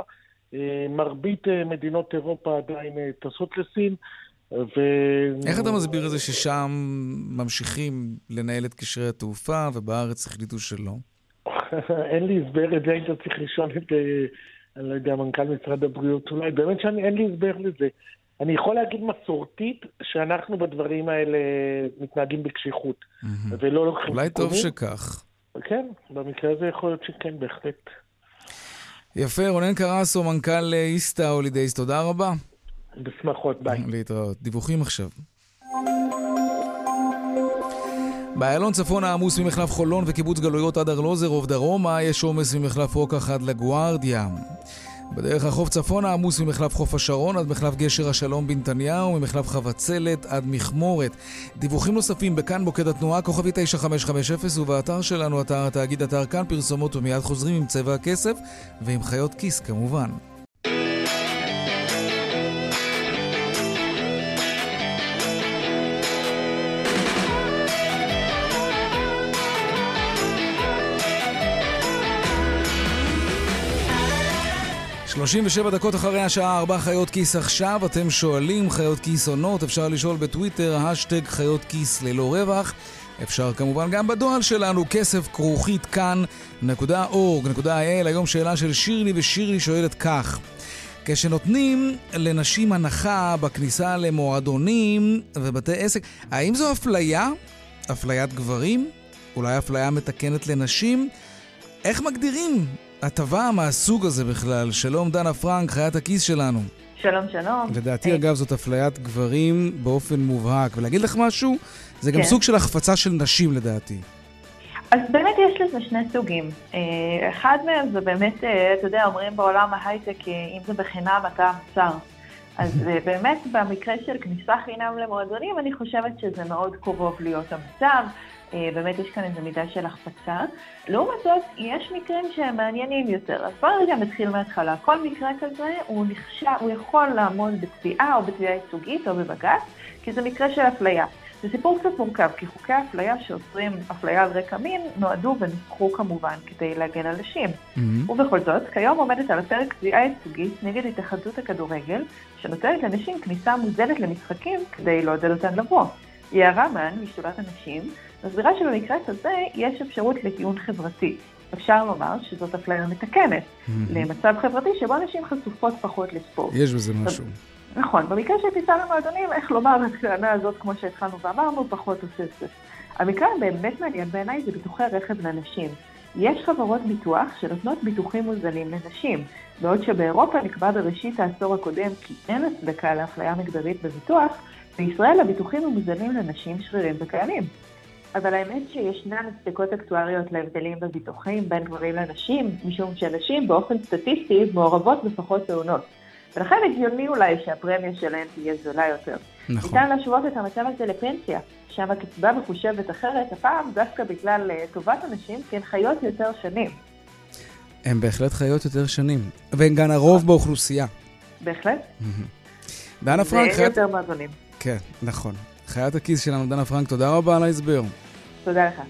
מרבית מדינות אירופה עדיין טסות לסין, איך אתה מסביר את זה ששם ממשיכים לנהל את קשרי התעופה ובארץ החליטו שלא? אין לי הסבר את זה, היית צריך לשאול את, אני לא יודע, מנכ"ל משרד הבריאות, אולי באמת שאין לי הסבר לזה. אני יכול להגיד מסורתית שאנחנו בדברים האלה מתנהגים בקשיחות. ולא לוקחים אולי טוב שכך. כן, במקרה הזה יכול להיות שכן, בהחלט. יפה, רונן קרסו, מנכ"ל איסטה הולידיי, תודה רבה. בשמחות, ביי. להתראות. דיווחים עכשיו. באיילון צפון העמוס ממחלף חולון וקיבוץ גלויות עד ארלוזרוב דרומה, יש עומס ממחלף רוקח עד לגוארדיה. בדרך החוף צפון העמוס ממחלף חוף השרון עד מחלף גשר השלום בנתניהו, ממחלף חבצלת עד מכמורת. דיווחים נוספים בכאן מוקד התנועה, כוכבי 9550, ובאתר שלנו, אתר התאגיד, אתר כאן, פרסומות ומיד חוזרים עם צבע הכסף ועם חיות כיס כמובן. ו7 דקות אחרי השעה 4 חיות כיס עכשיו. אתם שואלים חיות כיס עונות, אפשר לשאול בטוויטר, השטג חיות כיס ללא רווח. אפשר כמובן גם בדואל שלנו, כסף@כאן.org.il. היום שאלה של שירלי, ושירלי שואלת כך: כשנותנים לנשים הנחה בכניסה למועדונים ובתי עסק, האם זו אפליה? אפליית גברים? אולי אפליה מתקנת לנשים? איך מגדירים הטבה מהסוג הזה בכלל? שלום דנה פרנק, חיית הכיס שלנו. שלום, שלום. לדעתי אגב זאת אפליית גברים באופן מובהק. ולהגיד לך משהו, זה גם סוג של החפצה של נשים לדעתי. אז באמת יש לזה שני סוגים. אחד מהם זה באמת, אתה יודע, אומרים בעולם ההייטק, אם זה בחינם אתה המוצר. אז באמת במקרה של כניסה חינם למועדונים, אני חושבת שזה מאוד קרוב להיות המצב. באמת יש כאן איזו מידה של החפצה. לעומת זאת, יש מקרים שהם מעניינים יותר. אז בואו רגע נתחיל מההתחלה. כל מקרה כזה הוא יכול לעמוד בתביעה או בתביעה ייצוגית או בבג"ץ, כי זה מקרה של אפליה. זה סיפור קצת מורכב, כי חוקי האפליה שאוסרים אפליה על רקע מין נועדו ונסחו כמובן כדי להגן על נשים. ובכל זאת, כיום עומדת על הפרק תביעה ייצוגית נגד התאחדות הכדורגל, שנותנת לנשים כניסה מוזלת למשחקים כדי לעודד אותן לבוא. יערה מן, משדולת הנשים, מסבירה שבמקרה כזה יש אפשרות לטיעון חברתי. אפשר לומר שזאת אפליה מתקנת למצב חברתי שבו נשים חשופות פחות לספורט. יש בזה משהו. נכון, במקרה של כניסה למועדונים, איך לומר, הטענה הזאת, כמו שהתחלנו ואמרנו, פחות עושה. המקרה באמת מעניין בעיניי זה ביטוחי רכב לנשים. יש חברות ביטוח שנותנות ביטוחים מוזלים לנשים, בעוד שבאירופה נקבע בראשית העשור הקודם כי אין הצדקה לאפליה מגדרית בביטוח, בישראל הביטוחים המוזלים לנשים שרירים וקיימים. אבל האמת שישנן הצדקות אקטואריות להבדלים בביטוחים בין גברים לנשים, משום שנשים באופן סטטיסטי מעורבות בפחות תאונות. ולכן הגיוני אולי שהפרמיה שלהם תהיה זולה יותר. נכון. ניתן להשוות את המצב הזה לפנסיה, שם הקצבה מחושבת אחרת, הפעם דווקא בגלל טובת הנשים, כי הן חיות יותר שנים. הן בהחלט חיות יותר שנים, והן גם הרוב באוכלוסייה. בהחלט. דנה פרנק, זה יותר מזונים. כן, נכון. חיית הכיס שלנו, דנה פרנק, תודה רבה על ההסבר. תודה לך.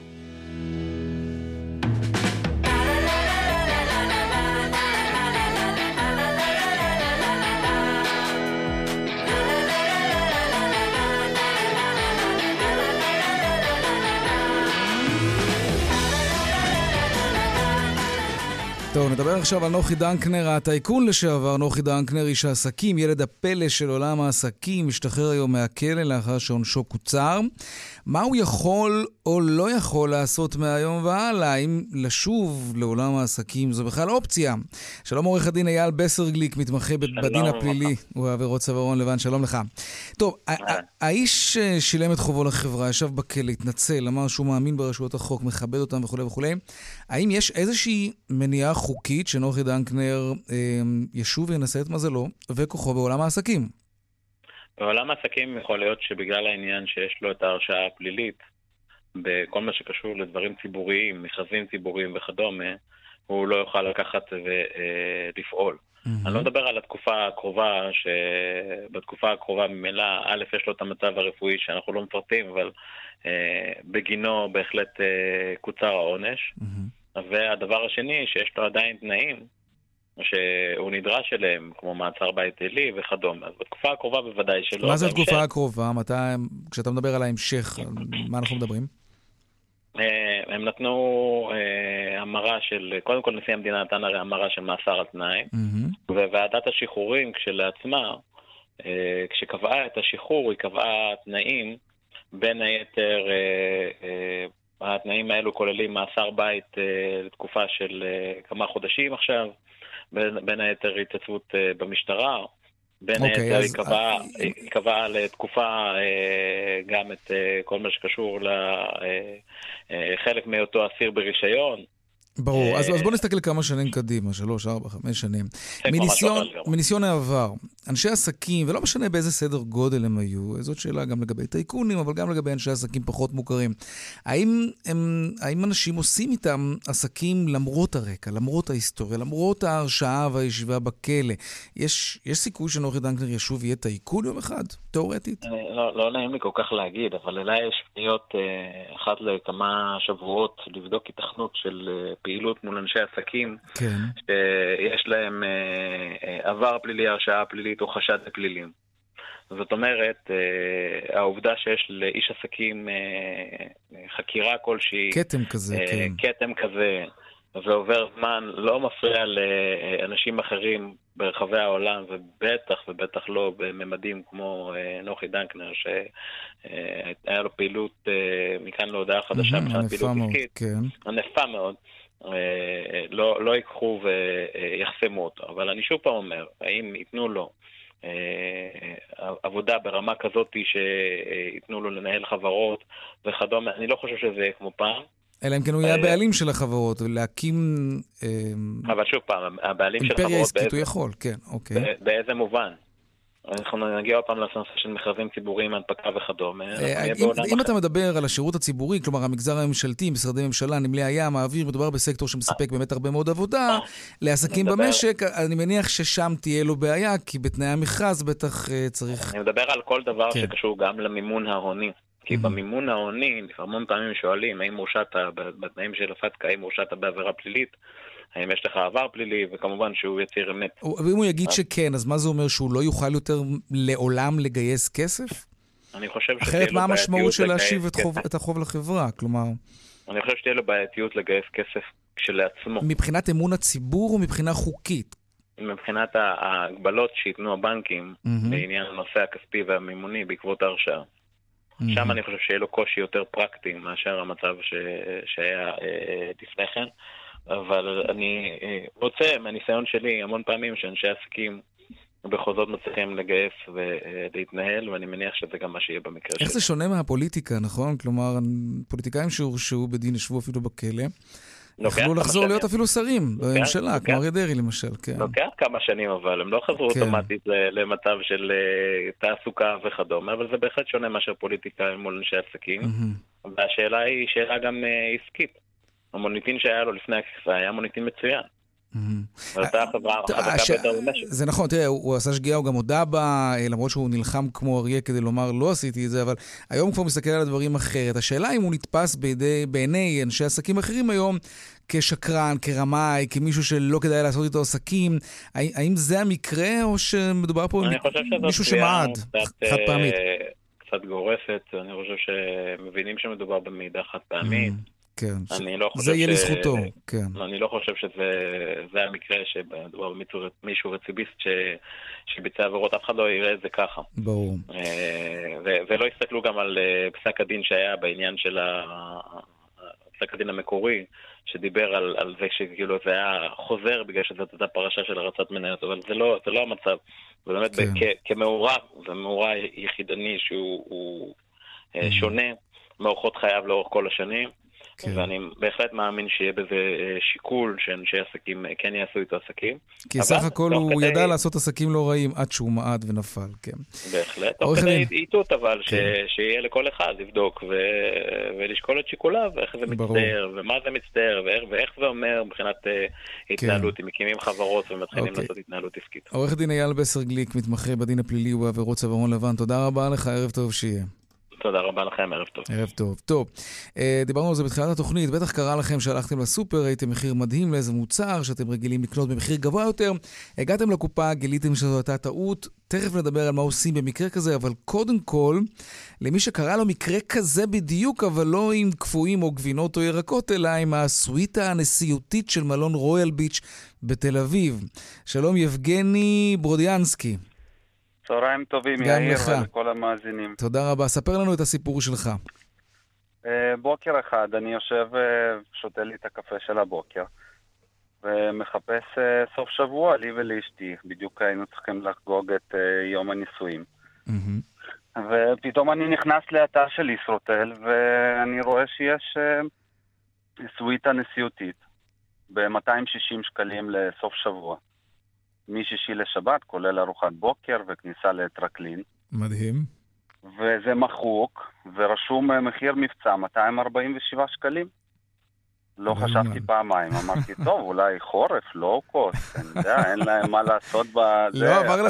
טוב, נדבר עכשיו על נוחי דנקנר, הטייקון לשעבר. נוחי דנקנר, איש העסקים, ילד הפלא של עולם העסקים, משתחרר היום מהכלא לאחר שעונשו קוצר. מה הוא יכול או לא יכול לעשות מהיום והלאה? האם לשוב לעולם העסקים זו בכלל אופציה? שלום עורך הדין אייל בסרגליק, מתמחה בדין הפלילי ובעבירות צווארון לבן, שלום לך. טוב, האיש שילם את חובו לחברה, ישב בכלא, התנצל, אמר שהוא מאמין ברשויות החוק, מכבד אותם וכו' וכו'. האם יש איזושהי מניעה חוקית שנוחי דנקנר ישוב וינסה את מזלו וכוחו בעולם העסקים? בעולם העסקים יכול להיות שבגלל העניין שיש לו את ההרשעה הפלילית, בכל מה שקשור לדברים ציבוריים, מכרזים ציבוריים וכדומה, הוא לא יוכל לקחת ולפעול. אני לא מדבר על התקופה הקרובה, שבתקופה הקרובה ממילא, א', יש לו את המצב הרפואי שאנחנו לא מפרטים, אבל בגינו בהחלט קוצר העונש. והדבר השני, שיש לו עדיין תנאים, שהוא נדרש אליהם, כמו מעצר בית עילי וכדומה. אז בתקופה הקרובה בוודאי שלא. מה זה התקופה הקרובה? כשאתה מדבר על ההמשך, מה אנחנו מדברים? הם נתנו המרה של, קודם כל נשיא המדינה נתן הרי המרה של מאסר על תנאי, וועדת השחרורים כשלעצמה, כשקבעה את השחרור, היא קבעה תנאים, בין היתר, התנאים האלו כוללים מאסר בית לתקופה של כמה חודשים עכשיו, בין היתר התייצבות במשטרה, בין היתר היא קבעה לתקופה גם את כל מה שקשור לחלק מאותו אסיר ברישיון. ברור, אז בוא נסתכל כמה שנים קדימה, 3, 4, 5 שנים. מניסיון העבר, אנשי עסקים, ולא משנה באיזה סדר גודל הם היו, זאת שאלה גם לגבי טייקונים, אבל גם לגבי אנשי עסקים פחות מוכרים. האם אנשים עושים איתם עסקים למרות הרקע, למרות ההיסטוריה, למרות ההרשעה והישיבה בכלא? יש סיכוי שנוחי דנקנר ישוב ויהיה טייקון יום אחד, תיאורטית? לא נעים לי כל כך להגיד, אבל אולי יש פניות אחת לכמה שבועות לבדוק התכנות של פעילות מול אנשי עסקים, כן. שיש להם עבר פלילי, הרשעה פלילית או חשד לפלילים. זאת אומרת, העובדה שיש לאיש עסקים חקירה כלשהי, קטם כזה, כן. קטם כזה, ועובר זמן, לא מפריע לאנשים אחרים ברחבי העולם, ובטח לא בממדים כמו נוחי דנקנר, שהיה לו פעילות מכאן להודעה חדשה, ענפה מאוד, כן. ענפה מאוד. לא ייקחו ויחסמו אותו. אבל אני שוב פעם אומר, האם ייתנו לו עבודה ברמה כזאת שיתנו לו לנהל חברות וכדומה, אני לא חושב שזה יהיה כמו פעם. אלא אם כן הוא יהיה הבעלים של החברות, ולהקים אבל שוב פעם, הבעלים של אימפריה עסקית הוא יכול, כן, אוקיי. באיזה מובן? אנחנו נגיע עוד פעם לנושא של מכרזים ציבוריים, הנפקה וכדומה. אם אתה מדבר על השירות הציבורי, כלומר המגזר הממשלתי, משרדי ממשלה, נמלי הים, האוויר, מדובר בסקטור שמספק באמת הרבה מאוד עבודה, לעסקים במשק, אני מניח ששם תהיה לו בעיה, כי בתנאי המכרז בטח צריך... אני מדבר על כל דבר שקשור גם למימון ההוני. כי במימון ההוני, המון פעמים שואלים, האם הורשעת בתנאים של הפתקה, האם הורשעת בעבירה פלילית, האם יש לך עבר פלילי, וכמובן שהוא יציר אמת. ואם הוא יגיד שכן, אז מה זה אומר, שהוא לא יוכל יותר לעולם לגייס כסף? אני חושב אחרת מה המשמעות של להשיב את החוב לחברה? כלומר... אני חושב שתהיה לו בעייתיות לגייס כסף כשלעצמו. מבחינת אמון הציבור או מבחינה חוקית? מבחינת ההגבלות שיתנו הבנקים, בעניין הנושא הכספי והמימוני בעקבות ההרשעה. שם אני חושב שיהיה לו קושי יותר פרקטי מאשר המצב שהיה לפני כן. אבל אני רוצה מהניסיון שלי המון פעמים שאנשי עסקים בכל זאת מצליחים לגייס ולהתנהל, ואני מניח שזה גם מה שיהיה במקרה שלי. איך זה שונה מהפוליטיקה, נכון? כלומר, פוליטיקאים שהורשעו בדין ישבו אפילו בכלא, יכלו לחזור להיות אפילו שרים בממשלה, כמו אריה דרעי למשל. לוקח כמה שנים, אבל הם לא חזרו אוטומטית למצב של תעסוקה וכדומה, אבל זה בהחלט שונה מאשר פוליטיקה מול אנשי עסקים, והשאלה היא שאלה גם עסקית. המוניטין שהיה לו לפני הכניסה היה מוניטין מצוין. זה נכון, תראה, הוא עשה שגיאה, הוא גם הודע בה, למרות שהוא נלחם כמו אריה כדי לומר לא עשיתי את זה, אבל היום הוא כבר מסתכל על הדברים אחרת. השאלה אם הוא נתפס בעיני אנשי עסקים אחרים היום כשקרן, כרמאי, כמישהו שלא כדאי לעשות איתו עסקים, האם זה המקרה או שמדובר פה מישהו שמעד חד פעמית? קצת גורפת, אני חושב שמבינים שמדובר במידע חד פעמית. כן, זה יהיה לזכותו, כן. אני לא חושב שזה המקרה שבדבר מישהו רציביסט שביצע עבירות, אף אחד לא יראה את זה ככה. ברור. ולא הסתכלו גם על פסק הדין שהיה בעניין של פסק הדין המקורי, שדיבר על זה שכאילו זה היה חוזר בגלל שזאת הייתה פרשה של הרצת מניות, אבל זה לא המצב. ובאמת כמאורע, זה מאורע יחידני שהוא שונה מאורחות חייו לאורך כל השנים. ואני בהחלט מאמין שיהיה בזה שיקול שאנשי עסקים כן יעשו איתו עסקים. כי סך הכל הוא ידע לעשות עסקים לא רעים עד שהוא מעד ונפל, כן. בהחלט. תוך כדי איתות אבל שיהיה לכל אחד לבדוק ולשקול את שיקוליו, איך זה מצטער ומה זה מצטער ואיך זה אומר מבחינת התנהלות, אם מקימים חברות ומתחילים לעשות התנהלות עסקית. עורך דין אייל בסר גליק, מתמחה בדין הפלילי ובעבירות צווארון לבן, תודה רבה לך, ערב טוב שיהיה. תודה רבה לכם, ערב טוב. ערב טוב. טוב, דיברנו על זה בתחילת התוכנית, בטח קרה לכם שהלכתם לסופר, ראיתם מחיר מדהים לאיזה מוצר שאתם רגילים לקנות במחיר גבוה יותר, הגעתם לקופה, גיליתם שזו הייתה טעות, תכף נדבר על מה עושים במקרה כזה, אבל קודם כל, למי שקרה לו מקרה כזה בדיוק, אבל לא עם קפואים או גבינות או ירקות, אלא עם הסוויטה הנשיאותית של מלון רויאל ביץ' בתל אביב. שלום יבגני ברודיאנסקי. צהריים טובים, יאיר, ולכל המאזינים. תודה רבה. ספר לנו את הסיפור שלך. בוקר אחד, אני יושב ושותה לי את הקפה של הבוקר, ומחפש סוף שבוע לי ולאשתי. בדיוק היינו צריכים לחגוג את יום הנישואים. ופתאום אני נכנס לאתר של ישרוטל, ואני רואה שיש סוויטה נשיאותית ב-260 שקלים לסוף שבוע. משישי לשבת, כולל ארוחת בוקר וכניסה לטרקלין. מדהים. וזה מחוק, ורשום מחיר מבצע 247 שקלים. לא חשבתי פעמיים, אמרתי, טוב, אולי חורף, לא קוסט, אני יודע, אין להם מה לעשות בזה.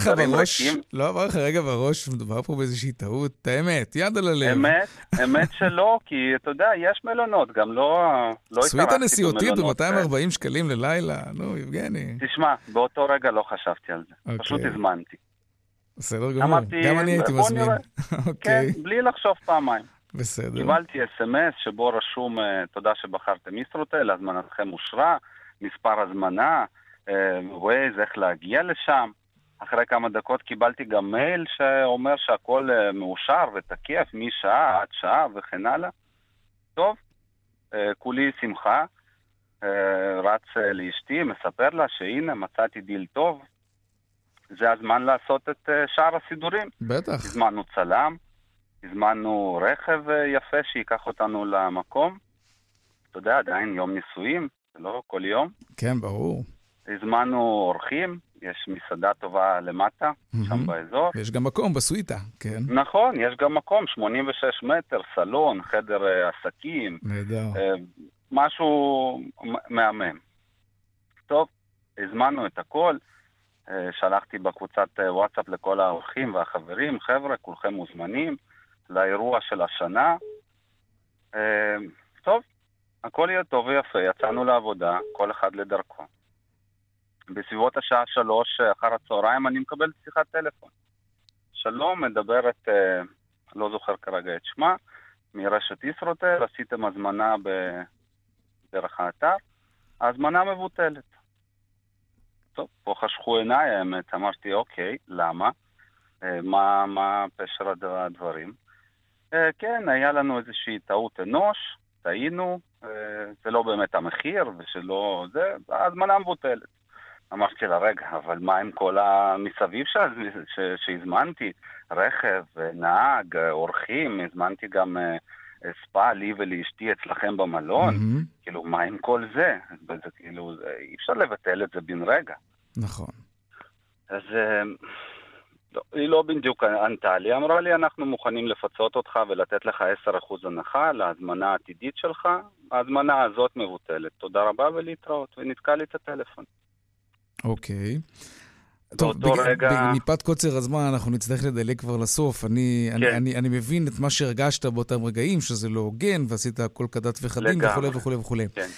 לא עבר לך רגע בראש, מדובר פה באיזושהי טעות, את האמת, יד על הלב. אמת שלא, כי אתה יודע, יש מלונות, גם לא סוויטה נשיאותית ב-240 שקלים ללילה, נו, יבגני. תשמע, באותו רגע לא חשבתי על זה, פשוט הזמנתי. בסדר גמור. גם אני הייתי מזמין. כן, בלי לחשוב פעמיים. בסדר. קיבלתי SMS שבו רשום, תודה שבחרתם ישרוטל, הזמנתכם אושרה, מספר הזמנה, ואיך להגיע לשם. אחרי כמה דקות קיבלתי גם מייל שאומר שהכל מאושר ותקף משעה עד שעה וכן הלאה. טוב, כולי שמחה, רץ לאשתי, מספר לה שהנה מצאתי דיל טוב, זה הזמן לעשות את שאר הסידורים. בטח. הזמנו צלם, הזמנו רכב יפה שיקח אותנו למקום. אתה יודע, עדיין יום נישואים, זה לא כל יום. כן, ברור. הזמנו אורחים, יש מסעדה טובה למטה, שם באזור. ויש גם מקום בסוויטה, כן. נכון, יש גם מקום, 86 מטר, סלון, חדר עסקים. נהדר. משהו מהמם. טוב, הזמנו את הכל, שלחתי בקבוצת וואטסאפ לכל האורחים והחברים, חבר'ה, כולכם מוזמנים לאירוע של השנה. טוב, הכל יהיה טוב ויפה, יצאנו לעבודה, כל אחד לדרכו. בסביבות השעה 3 אחר הצהריים אני מקבל שיחת טלפון. שלום, מדברת, לא זוכר כרגע את שמה, מרשת ישרוטל, עשיתם הזמנה בדרך האתר, ההזמנה מבוטלת. טוב, פה חשכו עיניי האמת, אמרתי אוקיי, למה? מה פשר הדברים? כן, היה לנו איזושהי טעות אנוש, טעינו, זה לא באמת המחיר ושלא זה, ההזמנה מבוטלת. אמרתי לה, רגע, אבל מה עם כל המסביב שהזמנתי? רכב, נהג, אורחים, הזמנתי גם ספה לי ולאשתי אצלכם במלון. כאילו, מה עם כל זה? כאילו, אי אפשר לבטל את זה בן רגע. נכון. אז היא לא בדיוק ענתה לי, אמרה לי, אנחנו מוכנים לפצות אותך ולתת לך 10% הנחה להזמנה העתידית שלך. ההזמנה הזאת מבוטלת. תודה רבה ולהתראות, ונתקע לי את הטלפון. אוקיי. טוב, מפאת קוצר הזמן אנחנו נצטרך לדלג כבר לסוף. אני מבין את מה שהרגשת באותם רגעים, שזה לא הוגן, ועשית הכל כדת וחדים וכו' וכו' וכו'.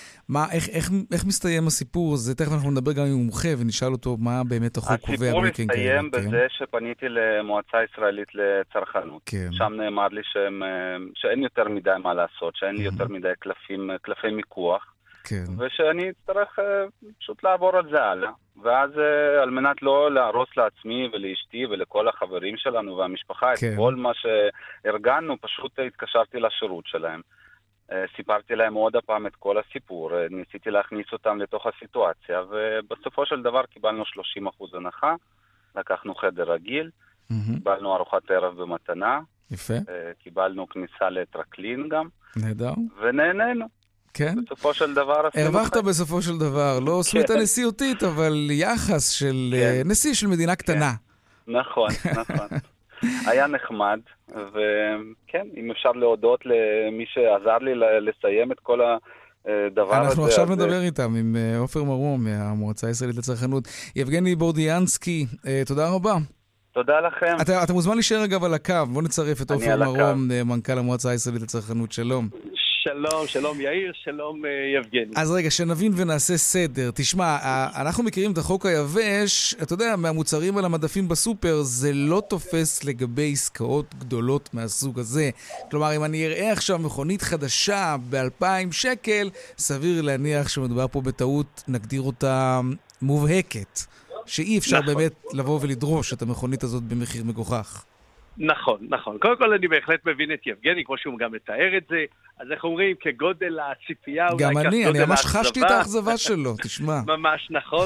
איך מסתיים הסיפור? זה תכף אנחנו נדבר גם עם מומחה ונשאל אותו מה באמת החוק קובע. הסיפור הסתיים בזה שפניתי למועצה הישראלית לצרכנות. שם נאמר לי שאין יותר מדי מה לעשות, שאין לי יותר מדי קלפי מיקוח. כן. ושאני אצטרך פשוט לעבור על זה הלאה. ואז על מנת לא להרוס לעצמי ולאשתי ולכל החברים שלנו והמשפחה, כן. את כל מה שהרגענו, פשוט התקשרתי לשירות שלהם. סיפרתי להם עוד הפעם את כל הסיפור, ניסיתי להכניס אותם לתוך הסיטואציה, ובסופו של דבר קיבלנו 30% הנחה, לקחנו חדר רגיל, קיבלנו ארוחת ערב במתנה, יפה. קיבלנו כניסה לטרקלין גם, נהדר. ונהנינו. כן? בסופו של דבר... הרווחת בסופו של דבר, לא סוויטה נשיאותית, אבל יחס של נשיא של מדינה קטנה. נכון, נכון. היה נחמד, וכן, אם אפשר להודות למי שעזר לי לסיים את כל הדבר הזה. אנחנו עכשיו נדבר איתם, עם עופר מרום, מהמועצה הישראלית לצרכנות. יבגני בורדיאנסקי, תודה רבה. תודה לכם. אתה מוזמן להישאר אגב על הקו, בוא נצרף את עופר מרום, מנכ"ל המועצה הישראלית לצרכנות. שלום. שלום, שלום יאיר, שלום יבגני. אז רגע, שנבין ונעשה סדר. תשמע, אנחנו מכירים את החוק היבש, אתה יודע, מהמוצרים על המדפים בסופר, זה לא תופס לגבי עסקאות גדולות מהסוג הזה. כלומר, אם אני אראה עכשיו מכונית חדשה ב2,000 שקל, סביר להניח שמדובר פה בטעות, נגדיר אותה מובהקת, שאי אפשר באמת לבוא ולדרוש את המכונית הזאת במחיר מגוחך. נכון, נכון. קודם כל אני בהחלט מבין את יבגני, כמו שהוא גם מתאר את זה. אז איך אומרים, כגודל הציפייה... גם אני ממש חשתי את האכזבה שלו, תשמע. ממש נכון.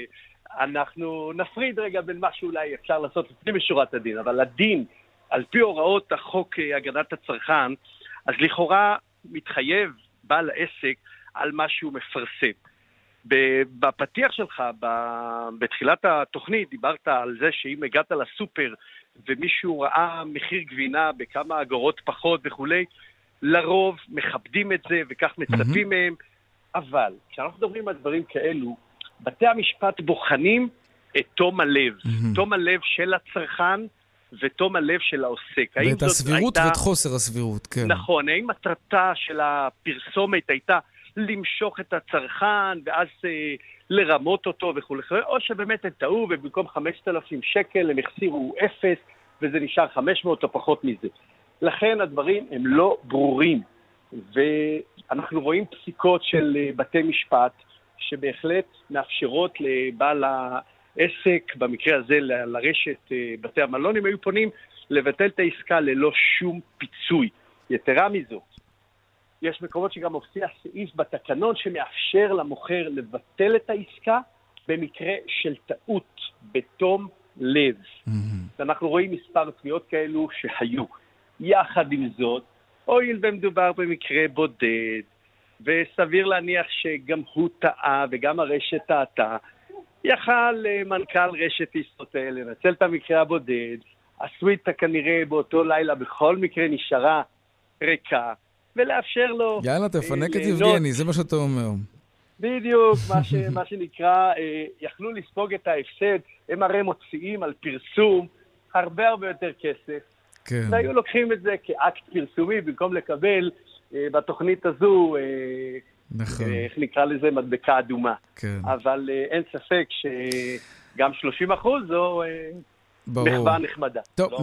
אנחנו נפריד רגע בין מה שאולי אפשר לעשות לפני משורת הדין, אבל הדין, על פי הוראות החוק הגנת הצרכן, אז לכאורה מתחייב בעל העסק על מה שהוא מפרסם. בפתיח שלך, בתחילת התוכנית, דיברת על זה שאם הגעת לסופר ומישהו ראה מחיר גבינה בכמה אגורות פחות וכולי, לרוב מכבדים את זה וכך מצפים מהם, אבל כשאנחנו מדברים על דברים כאלו, בתי המשפט בוחנים את תום הלב, תום הלב של הצרכן ותום הלב של העוסק. ואת הסבירות ואת חוסר הסבירות, כן. נכון, האם מטרתה של הפרסומת הייתה למשוך את הצרכן ואז לרמות אותו וכו', או שבאמת הם טעו ובמקום 5,000 שקל הם החסירו 0 וזה נשאר 500 או פחות מזה. לכן הדברים הם לא ברורים, ואנחנו רואים פסיקות של בתי משפט שבהחלט מאפשרות לבעל העסק, במקרה הזה לרשת בתי המלון, הם היו פונים לבטל את העסקה ללא שום פיצוי. יתרה מזאת, יש מקומות שגם מופיע סעיף בתקנון שמאפשר למוכר לבטל את העסקה במקרה של טעות בתום לב. ואנחנו רואים מספר תביעות כאלו שהיו. יחד עם זאת, הואיל ומדובר במקרה בודד, וסביר להניח שגם הוא טעה וגם הרשת טעתה, יכל מנכ"ל רשת ישרוטל לנצל את המקרה הבודד, הסוויטה כנראה באותו לילה בכל מקרה נשארה ריקה, ולאפשר לו... יאללה, תפנק את יבגני, זה מה שאתה אומר. בדיוק, מה שנקרא, יכלו לספוג את ההפסד, הם הרי מוציאים על פרסום הרבה יותר כסף, כן. והיו לוקחים את זה כאקט פרסומי, במקום לקבל בתוכנית הזו, נכון. איך נקרא לזה, מדבקה אדומה. כן. אבל אין ספק שגם 30% זו מחווה נחמדה. טוב,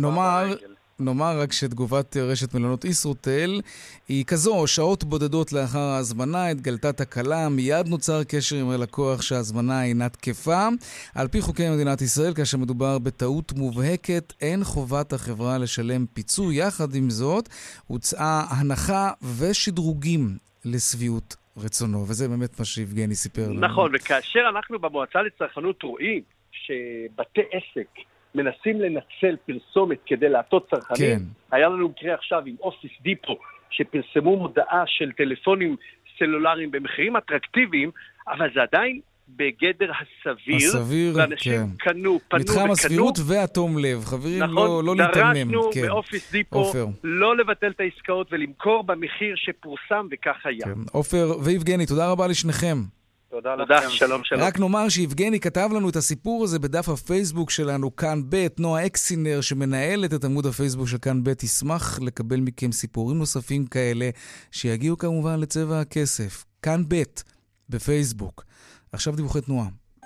נאמר רק שתגובת רשת מלונות ישרוטל היא כזו, שעות בודדות לאחר ההזמנה התגלתה תקלה, מיד נוצר קשר עם הלקוח שההזמנה אינה תקפה. על פי חוקי מדינת ישראל, כאשר מדובר בטעות מובהקת, אין חובת החברה לשלם פיצוי. יחד עם זאת, הוצאה הנחה ושדרוגים לשביעות רצונו, וזה באמת מה שיבגני סיפר לנו. נכון, וכאשר אנחנו במועצה לצרכנות רואים שבתי עסק מנסים לנצל פרסומת כדי להטות צרכנים. כן. היה לנו מקרה עכשיו עם אופיס דיפו, שפרסמו מודעה של טלפונים סלולריים במחירים אטרקטיביים, אבל זה עדיין בגדר הסביר, ואנשים כן. פנו מתחם הסבירות והתום לב, חברים, נכון, לא להתעלם. דרשנו באופיס דיפו לא לבטל את העסקאות ולמכור במחיר שפורסם, וכך היה. כן. עופר ויבגני, תודה רבה לשניכם. תודה לכם. שלום. רק נאמר שיבגני כתב לנו את הסיפור הזה בדף הפייסבוק שלנו, כאן ב'. נועה אקסינר שמנהלת את עמוד הפייסבוק של כאן ב' תשמח לקבל מכם סיפורים נוספים כאלה שיגיעו כמובן לצבע הכסף. כאן ב' בפייסבוק. עכשיו דיווחי תנועה.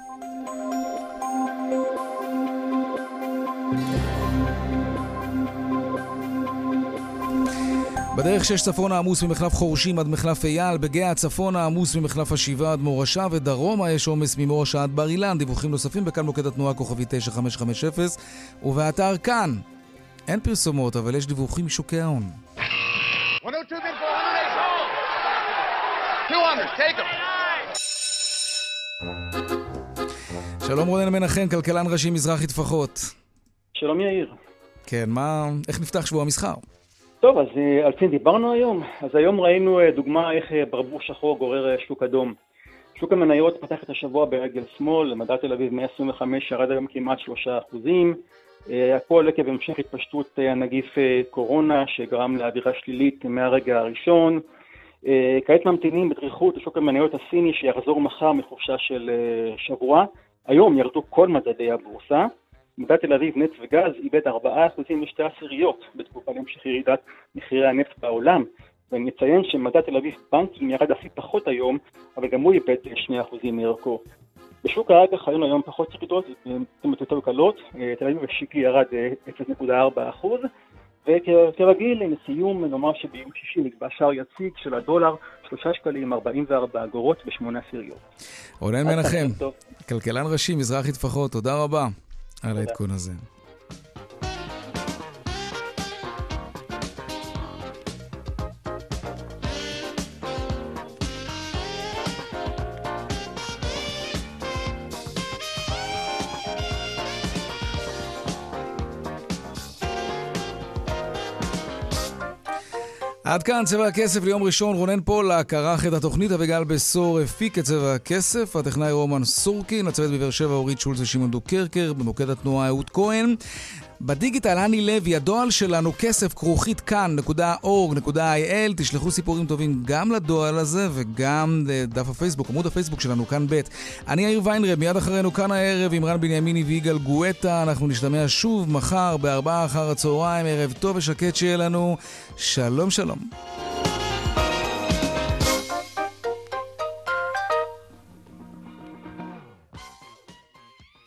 בדרך 6 צפון העמוס ממחלף חורשים עד מחלף אייל, בגאה הצפון העמוס ממחלף השבעה עד מורשה, ודרומה יש עומס ממורשה עד בר אילן. דיווחים נוספים בכאן מוקד התנועה כוכבי 9550, ובאתר כאן אין פרסומות, אבל יש דיווחים משוקי ההון. 102 200, take them. שלום רונן מנחם, כלכלן ראשי מזרחי טפחות. שלום יאיר. כן, איך נפתח שבוע המסחר? טוב, אז על פי דיברנו היום. אז היום ראינו דוגמה איך ברבור שחור גורר שוק אדום. שוק המניות פתח את השבוע ברגל שמאל, מדד תל אביב 125 ירד היום כמעט 3%. הכל עקב המשך התפשטות הנגיף קורונה שגרם לאווירה שלילית מהרגע הראשון. כעת ממתינים בדריכות לשוק המניות הסיני שיחזור מחר מחופשה של שבוע. היום ירדו כל מדדי הבורסה. מדד תל אביב נפט וגז איבד 4% ו2% בתגובה להמשך ירידת מחירי הנפט בעולם. ואני אציין שמדד תל אביב בנקים ירד אפילו פחות היום, אבל גם הוא איבד 2% מערכו. בשוק האג"ח היו היום פחות ירידות, יותר קלות. תל אביב השיקלי ירד 0.4%. וכרגיל, לסיום, נאמר שביום שישי נקבע שער יציג של הדולר 3.44 ב8 עשיריות. רונן מנחם, כלכלן ראשי מזרחי טפחות, תודה רבה על העדכון הזה. עד כאן צבע הכסף ליום ראשון. רונן פולק ערך את התוכנית, אביגל בסור הפיק את צבע הכסף, הטכנאי רומן סורקין, הצוות בבאר שבע אורית שולץ ושמעון דוקרקר, במוקד התנועה אהוד כהן, בדיגיטל אני לוי. הדואל שלנו כסף@כאן.org.il. תשלחו סיפורים טובים גם לדואל הזה וגם דף הפייסבוק, עמוד הפייסבוק שלנו כאן ב'. אני יאיר ויינרב, מיד אחרינו כאן הערב עם רן בנימיני ויגאל גואטה. אנחנו נשתמע שוב מחר ב4 אחר הצהריים. ערב טוב ושקט שיהיה לנו. שלום שלום.